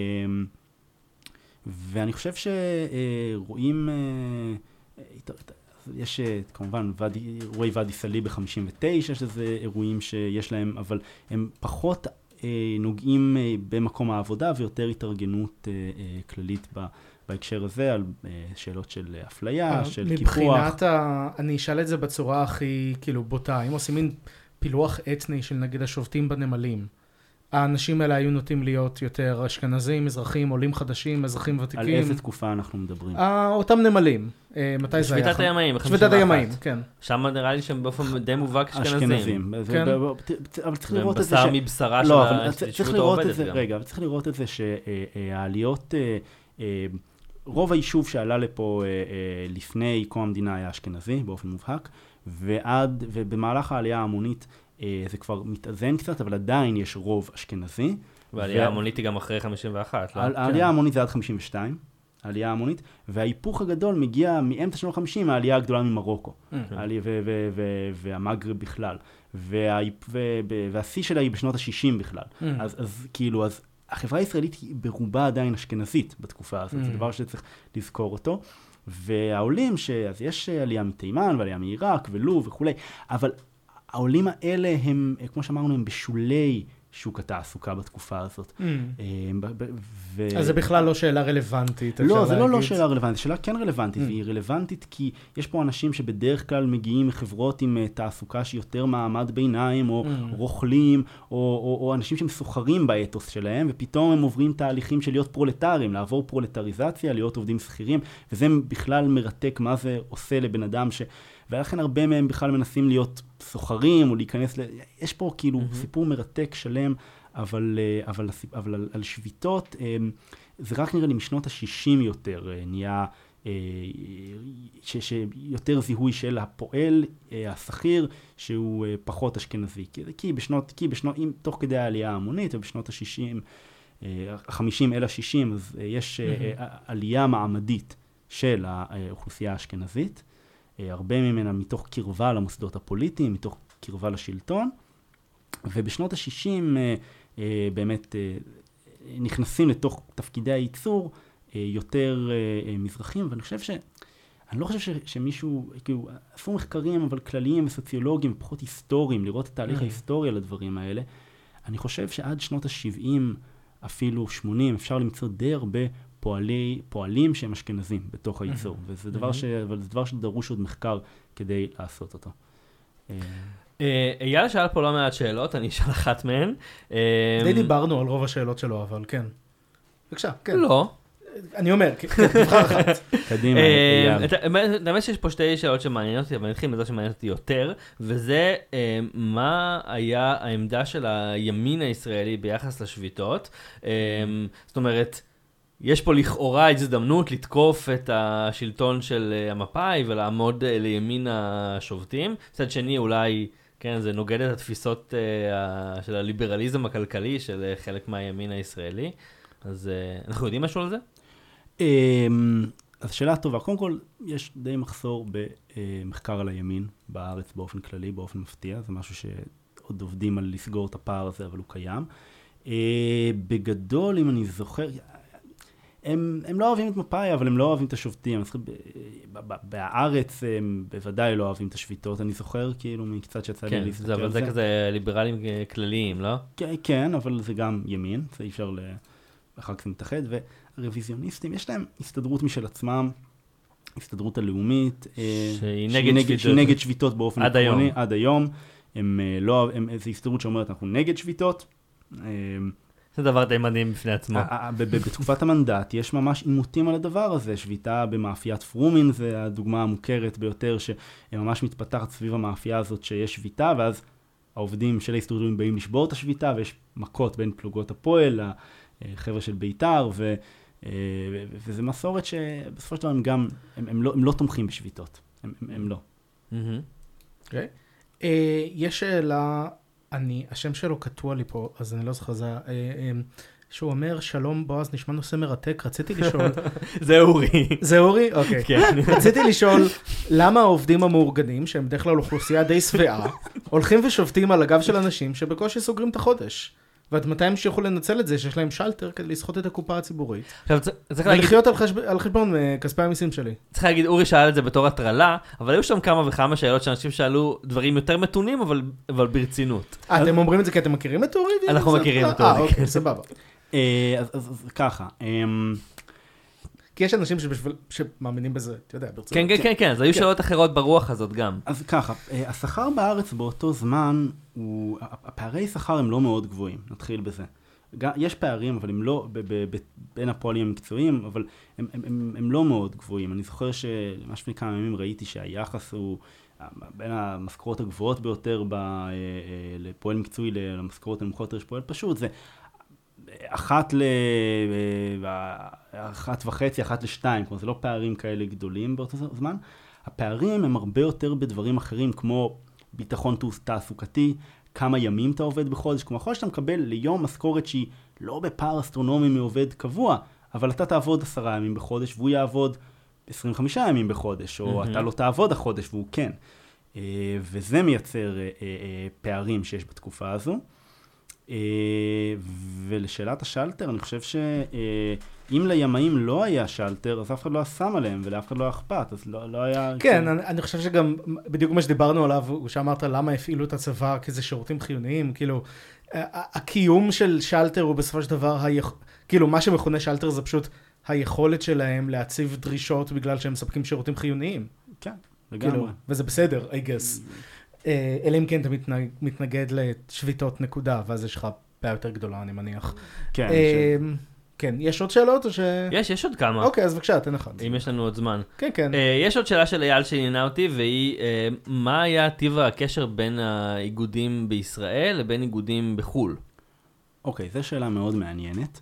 ואני חושב שרואים, אה, יש כמובן אירועי ואדי סאלי ב-חמישים ותשע, שזה אירועים שיש להם, אבל הם פחות... נוגעים במקום העבודה ויותר התארגנות כללית בהקשר הזה על שאלות של אפליה, של קיפוח. מבחינת, ה... אני אשאל את זה בצורה הכי כאילו בוטה, אם עושים מין פילוח אתני של נגיד השובטים בנמלים, האנשים האלה היו נוטים להיות יותר אשכנזים, מזרחים, עולים חדשים, אזרחים ותיקים. על איזה תקופה אנחנו מדברים? אותם נמלים. מתי זה היה? שביתת הימאים. שביתת הימאים, כן. שם נראה לי שהם באופן די מובהק אשכנזים. אשכנזים. אבל צריך לראות את זה בשר מבשרה של ההתיישבות העובדת גם. רגע, אבל צריך לראות את זה שהעליות, רוב היישוב שעלה לפה לפני קום המדינה היה אשכנזי, באופן מובהק, ועד, ובמהלך העלייה ההמונית, זה כבר מתאזן קצת, אבל עדיין יש רוב אשכנזי. והעלייה ההמונית היא גם אחרי חמישים ואחת, לא? העלייה ההמונית זה עד חמישים ושתיים, העלייה ההמונית, וההיפוך הגדול מגיע מאמצע שנות ה-חמישים, העלייה הגדולה ממרוקו, והמגרב בכלל, והשיא שלה היא בשנות ה-שישים בכלל. אז כאילו, אז החברה הישראלית היא ברובה עדיין אשכנזית בתקופה הזאת, זה דבר שצריך לזכור אותו. והעולים, אז יש עלייה מתימן ועלייה מעיראק ולוב וכו', אבל העולים האלה הם, כמו שאמרנו, הם בשולי שוק התעסוקה בתקופה הזאת. אז זה בכלל לא שאלה רלוונטית. לא, זה לא לא שאלה רלוונטית, שאלה כן רלוונטית, והיא רלוונטית כי יש פה אנשים שבדרך כלל מגיעים מחברות עם תעסוקה שיותר מעמד ביניים, או רוכלים, או אנשים שמסוחרים באתוס שלהם, ופתאום הם עוברים תהליכים של להיות פרולטרים, לעבור פרולטריזציה, להיות עובדים שכירים, וזה בכלל מרתק מה זה עושה לבן אדם ש... ולכן הרבה מהם בכלל מנסים להיות סוחרים או להיכנס ל... יש פה כאילו mm-hmm. סיפור מרתק שלם אבל, אבל, אבל על, על שביתות, זה רק נראה לי משנות ה-שישים יותר נהיה, ש, שיותר זיהוי של הפועל, השכיר, שהוא פחות אשכנזי. כי בשנות, כי בשנות, אם תוך כדי העלייה ההמונית, ובשנות ה-שישים, ה-חמישים אל ה-שישים, אז יש mm-hmm. עלייה מעמדית של האוכלוסייה האשכנזית, הרבה ממנה מתוך קרבה למוסדות הפוליטיים, מתוך קרבה לשלטון, ובשנות ה-שישים באמת נכנסים לתוך תפקידי הייצור יותר מזרחים, ואני חושב ש... אני לא חושב ש, שמישהו, כאילו, עשו מחקרים אבל כלליים וסוציולוגיים, פחות היסטוריים, לראות את תהליך mm-hmm. ההיסטוריה לדברים האלה. אני חושב שעד שנות ה-שבעים, אפילו שמונים, אפשר למצוא די הרבה פועלי, פועלים שהם אשכנזים בתוך הייצור, mm-hmm. וזה דבר, mm-hmm. ש, אבל זה דבר שדרוש עוד מחקר כדי לעשות אותו. אייל שאל פה לא מעט שאלות, אני אשאל אחת מהן. די דיברנו על רוב השאלות שלו, אבל כן. בבקשה, כן. לא. אני אומר, תבחר אחת. קדימה, אייל. האמת שיש פה שתי שאלות שמעניינות אותי, אבל אני אתחיל מזה שמעניינת אותי יותר, וזה מה היה העמדה של הימין הישראלי ביחס לשביתות. זאת אומרת, יש פה לכאורה הזדמנות לתקוף את השלטון של המפא"י ולעמוד לימין השובתים. מצד שני, אולי, כן, זה נוגד את התפיסות של הליברליזם הכלכלי של חלק מהימין הישראלי. אז אנחנו יודעים משהו על זה? אז שאלה טובה. קודם כל, יש די מחסור במחקר על הימין בארץ באופן כללי, באופן מפתיע. זה משהו שעוד עובדים על לסגור את הפער הזה, אבל הוא קיים. בגדול, אם אני זוכר, הם, הם לא אוהבים את מפא"י, אבל הם לא אוהבים את השובתים. בארץ הם בוודאי לא אוהבים את השביתות. אני זוכר כאילו מקצת שיצא לי להסתכל על זה. אבל זה כזה ליברלים כלליים, לא? כן, אבל זה גם ימין. זה אי אפשר אחר כך מתאחד. והרוויזיוניסטים, יש להם הסתדרות משל עצמם, הסתדרות הלאומית, שהיא נגד שביתות. שהיא נגד שביתות באופן עקרוני, עד היום. הם לא, זה הסתדרות שאומרת, אנחנו נגד שביתות. זה דבר די מדהים בפני עצמו. בתקופת המנדט יש ממש עימותים על הדבר הזה. שביתה במאפיית פרומין, זה הדוגמה המוכרת ביותר, שממש מתפתחת סביב המאפייה הזאת שיש שביתה, ואז העובדים של ההסתדרות באים לשבור את השביתה, ויש מכות בין פלוגות הפועל, החבר'ה של ביתר, ו, וזה מסורת שבסופו של דבר הם גם, הם, הם, לא, הם לא תומכים בשביתות. הם, הם, הם לא. אוקיי. יש שאלה, אני, השם שלו קטוע לי פה, אז אני לא זוכר, זה, שהוא אומר, שלום בועז, נשמע נושא מרתק, רציתי לשאול... זה אורי. זה אורי? אוקיי. רציתי לשאול, למה העובדים המאורגנים, שהם בדרך כלל אוכלוסייה די שבעה, הולכים ושובתים על הגב של אנשים שבקושי סוגרים את החודש? ועד מתי הם שיכול לנצל את זה, שיש להם שלטר כדי לסחוט את הקופה הציבורית. ולחיות על חשבון כספי המיסים שלי. צריך להגיד, אורי שאל את זה בתור הטרלה, אבל היו שם כמה וכמה שאלות שאנשים שאלו דברים יותר מתונים, אבל ברצינות. אתם אומרים את זה כי אתם מכירים את אורי? אנחנו מכירים את אורי. אה, אוקיי, סבבה. אז ככה, כי יש אנשים שמאמינים בזה, אתה יודע, ברצינות. כן, כן, כן, אז היו שאלות אחרות ברוח הזאת גם. אז ככה, השכר בארץ באותו זמן, הפערי שכר הם לא מאוד גבוהים, נתחיל בזה. יש פערים, אבל הם לא, בין הפועלים המקצועיים, אבל הם לא מאוד גבוהים. אני זוכר שממש לפני כמה ימים ראיתי שהיחס הוא בין המשכורות הגבוהות ביותר לפועל מקצועי למשכורות הנמוכות יש פועל פשוט, זה אחת ל... אחת וחצי, אחת לשתיים, כלומר זה לא פערים כאלה גדולים באותו זמן. הפערים הם הרבה יותר בדברים אחרים, כמו ביטחון תעסוקתי, כמה ימים אתה עובד בחודש, כלומר יכול שאתה מקבל ליום משכורת שהיא לא בפער אסטרונומי מעובד קבוע, אבל אתה תעבוד עשרה ימים בחודש, והוא יעבוד עשרים וחמישה ימים בחודש, או אתה לא תעבוד החודש, והוא כן. וזה מייצר פערים שיש בתקופה הזו. ולשאלת השלטר, אני חושב שאם לימאים לא היה שלטר, אז אף אחד לא שם עליהם, ולאף אחד לא אכפת, אז לא היה... כן, אני חושב שגם, בדיוק מה שדיברנו עליו, הוא שאמרת למה הפעילו את הצבא כאיזה שירותים חיוניים, כאילו, הקיום של שלטר הוא בסופו של דבר, כאילו, מה שמכונה שלטר זה פשוט היכולת שלהם להציב דרישות בגלל שהם מספקים שירותים חיוניים. כן, לגמרי. וזה בסדר, I guess. אלא אם כן אתה מתנגד לשביתות נקודה, ואז יש לך בעיה יותר גדולה, אני מניח. כן. כן, יש עוד שאלות או ש... יש, יש עוד כמה. אוקיי, אז בבקשה, תן אחד. אם יש לנו עוד זמן. כן, כן. יש עוד שאלה של אייל שעניינה אותי, והיא, מה היה טיב הקשר בין האיגודים בישראל לבין איגודים בחו"ל? אוקיי, זו שאלה מאוד מעניינת.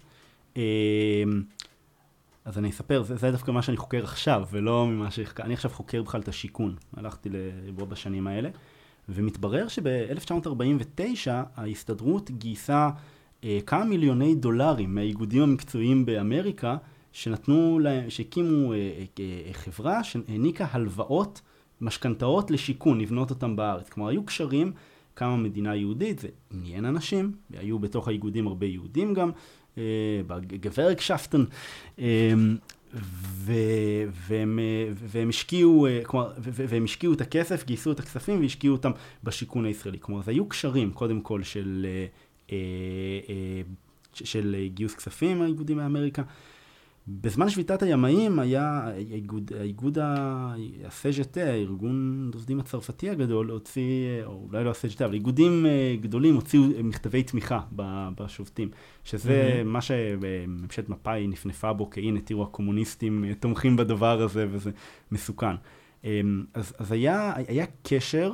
אז אני אספר, זה, זה דווקא מה שאני חוקר עכשיו, ולא ממה ש... אני עכשיו חוקר בכלל את השיכון. הלכתי לרוב בשנים האלה, ומתברר שב-אלף תשע מאות ארבעים ותשע ההסתדרות גייסה אה, כמה מיליוני דולרים מהאיגודים המקצועיים באמריקה, שנתנו להם, שהקימו אה, אה, חברה שהעניקה הלוואות, משכנתאות לשיכון, לבנות אותם בארץ. כלומר, היו קשרים, כמה מדינה יהודית, זה עניין אנשים, והיו בתוך האיגודים הרבה יהודים גם, בגוורקשפטן, והם השקיעו, כלומר, והם השקיעו את הכסף, גייסו את הכספים והשקיעו אותם בשיכון הישראלי. כלומר, זה היו קשרים, קודם כל, של, של גיוס כספים, האיגודים מאמריקה. בזמן שביתת הימאים היה האיגוד, האיגוד הסג'טה, הארגון דובדים הצרפתי הגדול, הוציא, או אולי לא הסג'טה, אבל איגודים גדולים הוציאו מכתבי תמיכה בשובטים, שזה מה שממשלת מפא"י נפנפה בו, כי הנה תראו הקומוניסטים תומכים בדבר הזה וזה מסוכן. אז, אז היה, היה קשר,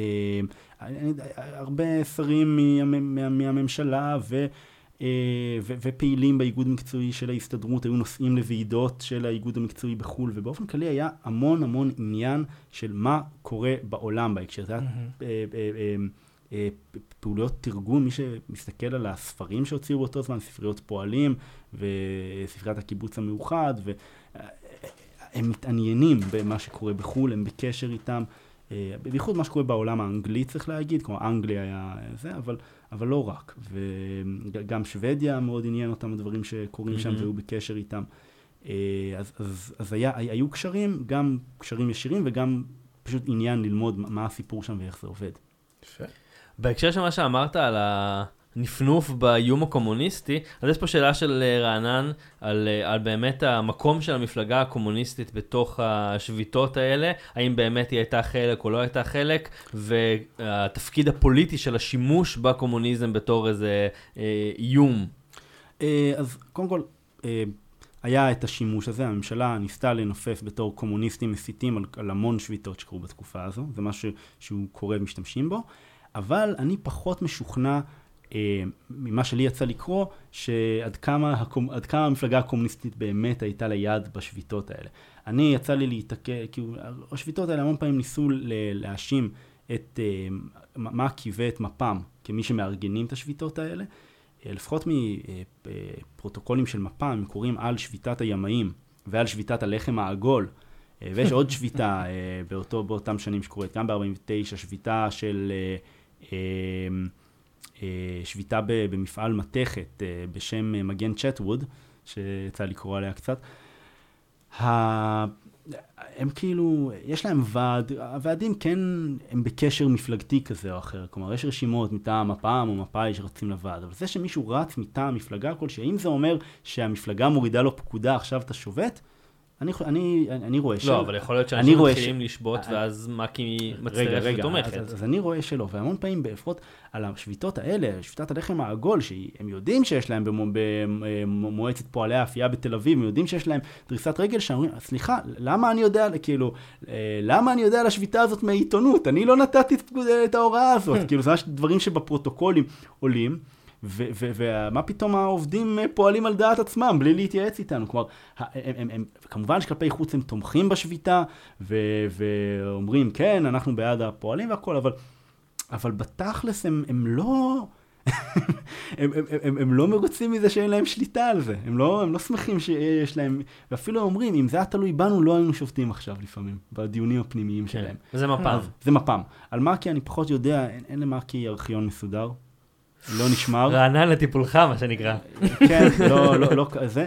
הרבה שרים מהממשלה ו... ו- ופעילים באיגוד מקצועי של ההסתדרות, היו נוסעים לוועידות של האיגוד המקצועי בחול, ובאופן כללי היה המון המון עניין של מה קורה בעולם בהקשר. זה היה פעוליות תרגום, מי שמסתכל על הספרים שהוציאו באותו זמן, ספריות פועלים וספריית הקיבוץ המאוחד, והם מתעניינים במה שקורה בחול, הם בקשר איתם, בייחוד מה שקורה בעולם האנגלי צריך להגיד, כמו אנגליה היה זה, אבל אבל לא רק, וגם שוודיה מאוד עניין אותם הדברים שקורים שם, והיו בקשר איתם. אז, אז, אז היה, היו קשרים, גם קשרים ישירים, וגם פשוט עניין ללמוד מה הסיפור שם ואיך זה עובד. יפה. בהקשר של מה שאמרת על הנפנוף באיום הקומוניסטי, אז יש פה שאלה של רענן על, על באמת המקום של המפלגה הקומוניסטית בתוך השביתות האלה, האם באמת היא הייתה חלק או לא הייתה חלק, והתפקיד הפוליטי של השימוש בקומוניזם בתור איזה אה, איום. אה, אז קודם כל, אה, היה את השימוש הזה, הממשלה ניסתה לנופף בתור קומוניסטים מסיתים על, על המון שביתות שקרו בתקופה הזו, זה משהו שהוא קורא ומשתמשים בו, אבל אני פחות משוכנע ממה שלי יצא לקרוא, שעד כמה, עד כמה המפלגה הקומוניסטית באמת הייתה ליד בשביתות האלה. אני יצא לי להתעכב, כי השביתות האלה המון פעמים ניסו להאשים את מק"י ואת מפ"ם כמי שמארגנים את השביתות האלה. לפחות מפרוטוקולים של מפ"ם, הם קוראים על שביתת הימאים ועל שביתת הלחם העגול, ויש עוד שביתה באותו, באותם שנים שקורית, גם ב-ארבעים ותשע, שביתה של... שביתה במפעל מתכת בשם מגן צ'טווד, שיצא לקרוא עליה קצת. הם כאילו, יש להם ועד, הוועדים כן הם בקשר מפלגתי כזה או אחר, כלומר יש רשימות מטעם מפ"ם או מפא"י שרצים לוועד, אבל זה שמישהו רץ מטעם מפלגה כלשהי, האם זה אומר שהמפלגה מורידה לו פקודה, עכשיו אתה שובת? אני, אני, אני רואה שלא. לא, אבל יכול להיות שאנשים מתחילים לשבות, ואז מק"י מצטרף ותומכת. אז, אז אני רואה שלא, והמון פעמים לפחות על השביתות האלה, שביתת הלחם העגול, שהם יודעים שיש להם במועצת פועלי האפייה בתל אביב, הם יודעים שיש להם דריסת רגל, שאומרים, סליחה, למה אני יודע, כאילו, למה אני יודע על השביתה הזאת מהעיתונות? אני לא נתתי את ההוראה הזאת, כאילו, זה דברים שבפרוטוקולים עולים, ומה פתאום העובדים פועלים על דעת עצמם, בלי להתייעץ איתנו. כלומר, כמובן שכלפי חוץ הם תומכים בשביתה, ואומרים, כן, אנחנו בעד הפועלים והכל, אבל בתכלס הם לא... הם לא מרוצים מזה שאין להם שליטה על זה. הם לא שמחים שיש להם... ואפילו אומרים, אם זה היה תלוי בנו, לא היינו שופטים עכשיו לפעמים, בדיונים הפנימיים שלהם. וזה מפ"ם. זה מפ"ם. על מק"י אני פחות יודע, אין למק"י ארכיון מסודר. לא נשמר. רענן לטיפולך, מה שנקרא. כן, לא, לא, לא, זה.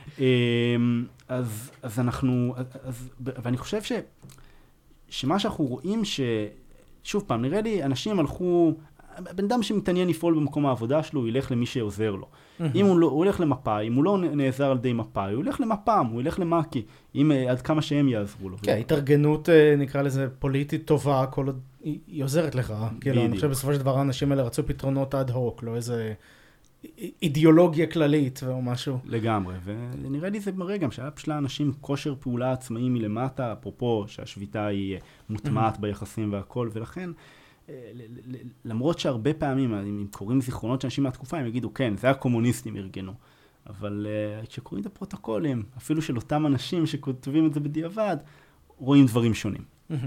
אז, אז אנחנו, אז, ואני חושב ש, שמה שאנחנו רואים ש, שוב פעם, נראה לי, אנשים הלכו, בן אדם שמתעניין לפעול במקום העבודה שלו, הוא ילך למי שעוזר לו. אם הוא, לא, הוא הולך למפא"י, אם הוא לא נעזר על די מפא"י, הוא הולך למפ"ם, הוא ילך למק"י, אם, עד כמה שהם יעזרו לו. כן, התארגנות, נקרא לזה, פוליטית טובה, כל עוד היא עוזרת לך. כאילו, אני חושב בסופו של דבר האנשים האלה רצו פתרונות אד הוק, לא איזה אידיאולוגיה כללית או משהו. לגמרי, ונראה לי זה מראה גם שהיה פשוט לאנשים כושר פעולה עצמאי מלמטה, אפרופו שהשביתה היא מוטמעת ביחסים והכל, ולכן למרות שהרבה פעמים, אם קוראים זיכרונות של אנשים מהתקופה, הם יגידו, כן, זה הקומוניסטים ארגנו. אבל כשקוראים את הפרוטוקולים, אפילו של אותם אנשים שכותבים את זה בדיעבד, רואים דברים שונים.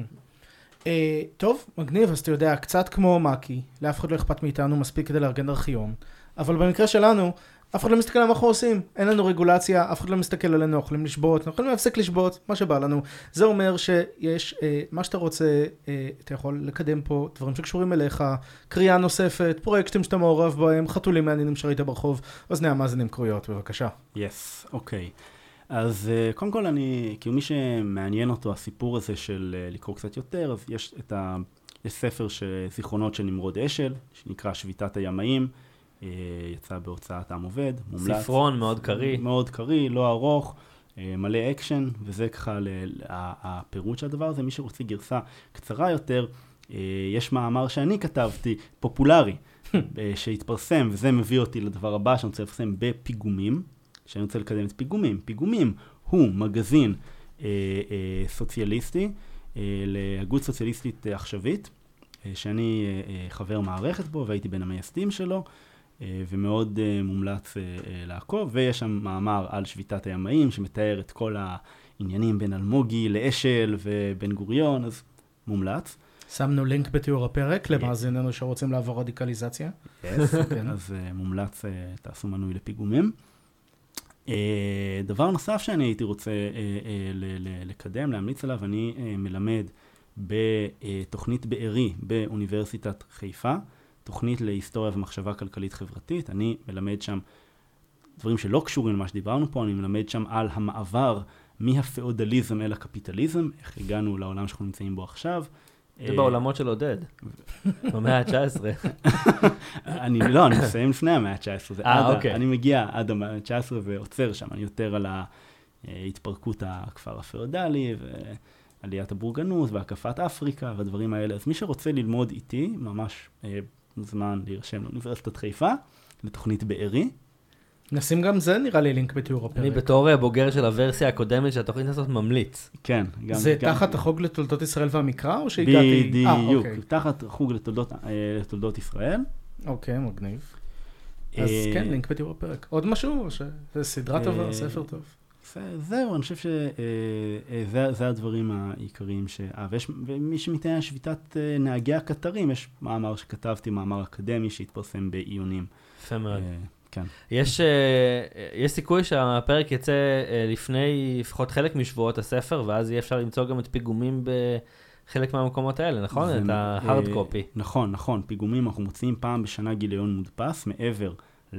טוב, מגניב, אז אתה יודע, קצת כמו מקי, לאף אחד לא אכפת מאיתנו מספיק כדי לארגן ארכיון, אבל במקרה שלנו, אף אחד לא מסתכל על מה אנחנו עושים, אין לנו רגולציה, אף אחד לא מסתכל עלינו, אנחנו יכולים לשבות, אנחנו יכולים להפסיק לשבות, מה שבא לנו. זה אומר שיש, אה, מה שאתה רוצה, אה, אתה יכול לקדם פה דברים שקשורים אליך, קריאה נוספת, פרויקטים שאתה מעורב בהם, חתולים מעניינים שראית ברחוב, אוזני המאזינים קרויות, בבקשה. יס, אוקיי. אז uh, קודם כל אני, כאילו מי שמעניין אותו הסיפור הזה של uh, לקרוא קצת יותר, אז יש את ה... יש ספר זיכרונות של נמרוד אשל, שנקרא שביתת הימאים, uh, יצא בהוצאת עם עובד, מומלץ. ספרון מאוד קרי. מאוד קרי, לא ארוך, uh, מלא אקשן, וזה ככה הפירוט של הדבר הזה. מי שרוצה גרסה קצרה יותר, uh, יש מאמר שאני כתבתי, פופולרי, uh, שהתפרסם, וזה מביא אותי לדבר הבא שאני רוצה לפרסם בפיגומים, שאני רוצה לקדם את פיגומים. פיגומים הוא מגזין אה, אה, סוציאליסטי, אה, להגות סוציאליסטית אה, עכשווית, אה, שאני אה, אה, חבר מערכת בו, והייתי בין המייסדים שלו, אה, ומאוד אה, מומלץ אה, אה, לעקוב, ויש שם מאמר על שביתת הימאים, שמתאר את כל העניינים בין אלמוגי לאשל ובן גוריון, אז מומלץ. שמנו לינק בתיאור הפרק, למאזיננו שרוצים לעבור רדיקליזציה. Yes, אז אה, מומלץ, אה, תעשו מנוי לפיגומים. Uh, דבר נוסף שאני הייתי רוצה uh, uh, לקדם, להמליץ עליו, אני uh, מלמד בתוכנית בארי באוניברסיטת חיפה, תוכנית להיסטוריה ומחשבה כלכלית חברתית. אני מלמד שם דברים שלא קשורים למה שדיברנו פה, אני מלמד שם על המעבר מהפאודליזם אל הקפיטליזם, איך הגענו לעולם שאנחנו נמצאים בו עכשיו. זה בעולמות של עודד, במאה ה-תשע עשרה. אני לא, אני מסיים לפני המאה ה-תשע עשרה, אה, אוקיי. אני מגיע עד המאה ה-תשע עשרה ועוצר שם, אני יותר על ההתפרקות הכפר הפאודלי, ועליית הבורגנות, והקפת אפריקה, והדברים האלה. אז מי שרוצה ללמוד איתי, ממש מוזמן להירשם לאוניברסיטת חיפה, לתוכנית בארי. נשים גם זה, נראה לי לינק בתיאור הפרק. אני בתור בוגר של הוורסיה הקודמת של התוכנית הזאת ממליץ. כן. גם, זה גם, תחת החוג לתולדות ישראל והמקרא, או שהגעתי? בדיוק, אוקיי. תחת החוג לתולדות, לתולדות ישראל. אוקיי, מגניב. אז כן, לינק בתיאור הפרק. עוד משהו, או שזה סדרה טובה, ספר טוב? זהו, אני חושב שזה הדברים העיקריים ש... ומי שמתעניין שביתת נהגי הקטרים, יש מאמר שכתבתי, מאמר אקדמי שהתפרסם בעיונים. יפה מאוד. כן. יש, יש סיכוי שהפרק יצא לפני לפחות חלק משבועות הספר, ואז יהיה אפשר למצוא גם את פיגומים בחלק מהמקומות האלה, נכון? את ה-hard copy. נכון, נכון. פיגומים אנחנו מוציאים פעם בשנה גיליון מודפס, מעבר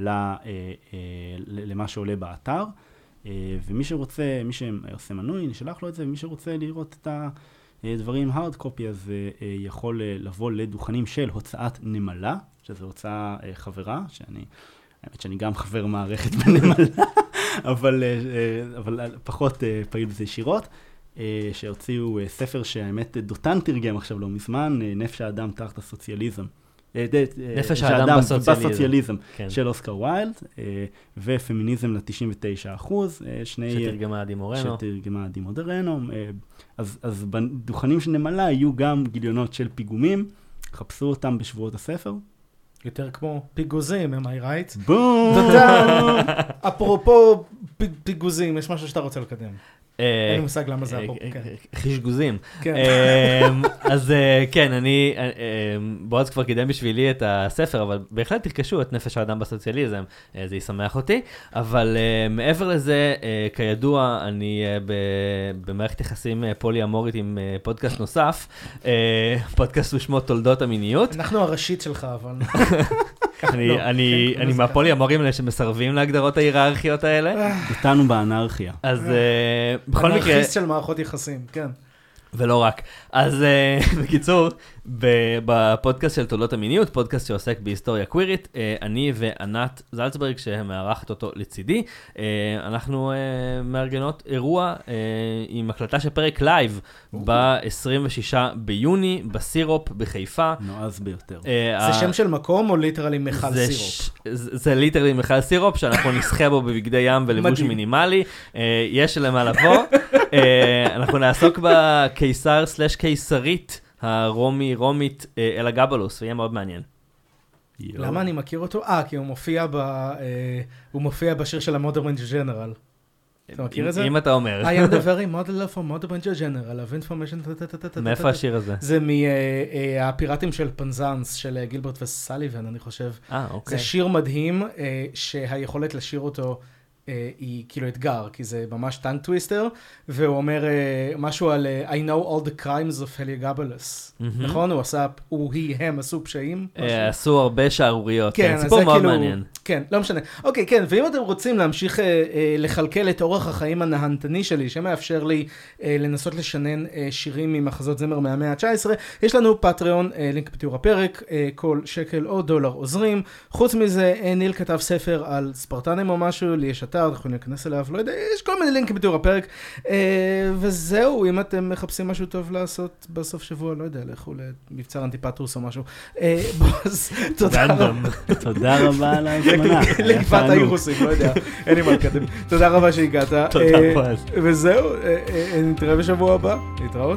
למה שעולה באתר, ומי שרוצה, מי שעושה מנוי, נשלח לו את זה, ומי שרוצה לראות את הדברים hard copy, אז יכול לבוא לדוכנים של הוצאת נמלה, שזו הוצאה חברה, שאני... האמת שאני גם חבר מערכת בנמלה, אבל, אבל פחות פעיל בזה ישירות, שהוציאו ספר שהאמת דותן תרגם עכשיו לא מזמן, נפש האדם תחת הסוציאליזם. נפש האדם בסוציאליזם. בסוציאליזם של אוסקר ויילד, ופמיניזם ל-תשעים ותשעה אחוז. שתרגמה עדי מורנו. שתרגמה עדי מורנו. אז, אז בדוכנים של נמלה יהיו גם גיליונות של פיגומים, חפשו אותם בשבועות הספר. יותר כמו פיגוזים, am I right? בום! תודה! אפרופו פיגוזים, יש משהו שאתה רוצה לקדם. אין לי מושג למה זה אפרופו. חישגוזים. אז כן, אני, בועז כבר קידם בשבילי את הספר, אבל בהחלט תרכשו את נפש האדם בסוציאליזם, זה ישמח אותי, אבל מעבר לזה, כידוע, אני במערכת יחסים פולי-אמורית עם פודקאסט נוסף, פודקאסט ושמו תולדות המיניות. אנחנו הראשית שלך, אבל... אני מהפולי-אמורים האלה שמסרבים להגדרות ההיררכיות האלה. איתנו באנרכיה. אז בכל מקרה... אנרכיסט של מערכות יחסים, כן. ולא רק. אז בקיצור, בפודקאסט של תולדות המיניות, פודקאסט שעוסק בהיסטוריה קווירית, אני וענת זלצברג, שמארחת אותו לצידי, אנחנו מארגנות אירוע עם הקלטה של פרק לייב, ב-עשרים ושישה ביוני, בסירופ בחיפה. נועז ביותר. זה שם של מקום או ליטרלי מיכל סירופ? זה ליטרלי מיכל סירופ, שאנחנו נסחה בו בבגדי ים ולבוש מינימלי. יש למה לבוא. אנחנו נעסוק בקיסר סלש קיסרית הרומי, רומית אלה גבלוס, ויהיה מאוד מעניין. למה אני מכיר אותו? אה, כי הוא מופיע ב... הוא מופיע בשיר של המודרמן ג'נרל. אתה מכיר את זה? אם אתה אומר. I am the very model of a modern general of information. מאיפה השיר הזה? זה מהפיראטים של פנזנס, של גילברט וסליבן, אני חושב. אה, אוקיי. זה שיר מדהים, שהיכולת לשיר אותו היא כאילו אתגר, כי זה ממש טאנג טוויסטר, והוא אומר משהו על I know all the crimes of Heliogabalus. נכון? הוא עשה, הוא, היא, הם עשו פשעים. עשו הרבה שערוריות. כן, סיפור מאוד מעניין. כן, לא משנה. אוקיי, כן, ואם אתם רוצים להמשיך לכלכל את אורח החיים הנהנתני שלי, שמאפשר לי לנסות לשנן שירים ממחזות זמר מהמאה ה-תשע עשרה, יש לנו פטריון, לינק בתיאור הפרק, כל שקל או דולר עוזרים. חוץ מזה, ניל כתב ספר על ספרטנים או משהו, לי יש אתר, אנחנו יכולים להיכנס אליו, לא יודע, יש כל מיני לינקים בתיאור הפרק. וזהו, אם אתם מחפשים משהו טוב לעשות בסוף שבוע, לא יודע, לכו למבצר אנטיפטרוס או משהו. בוז, תודה רבה. תודה רבה על ההזמנה. לגבעת האירוסים, לא יודע, אין לי מה לקדם. תודה רבה שהגעת. תודה רבה. וזהו, נתראה בשבוע הבא. להתראות.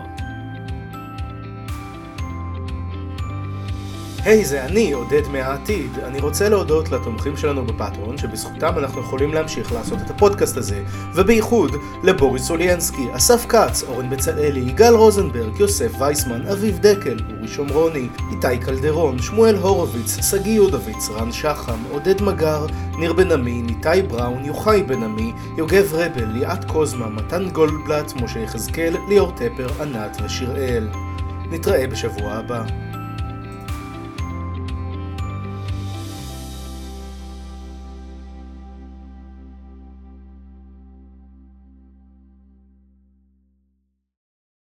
היי, hey, זה אני, עודד מהעתיד. אני רוצה להודות לתומכים שלנו בפטרון, שבזכותם אנחנו יכולים להמשיך לעשות את הפודקאסט הזה, ובייחוד לבוריס אוליאנסקי, אסף קץ, אורן בצלאלי, יגאל רוזנברג, יוסף וייסמן, אביב דקל, אורי שומרוני, איתי קלדרון, שמואל הורוביץ, סגי יודוביץ, רן שחם, עודד מגר, ניר בן עמי, ניתי בראון, יוחאי בן עמי, יוגב רבל, ליאת קוזמה, מתן גולדבלט, משה יחזקאל, ליאור טפר, ענת ושיראל. נתראה בשבוע הבא.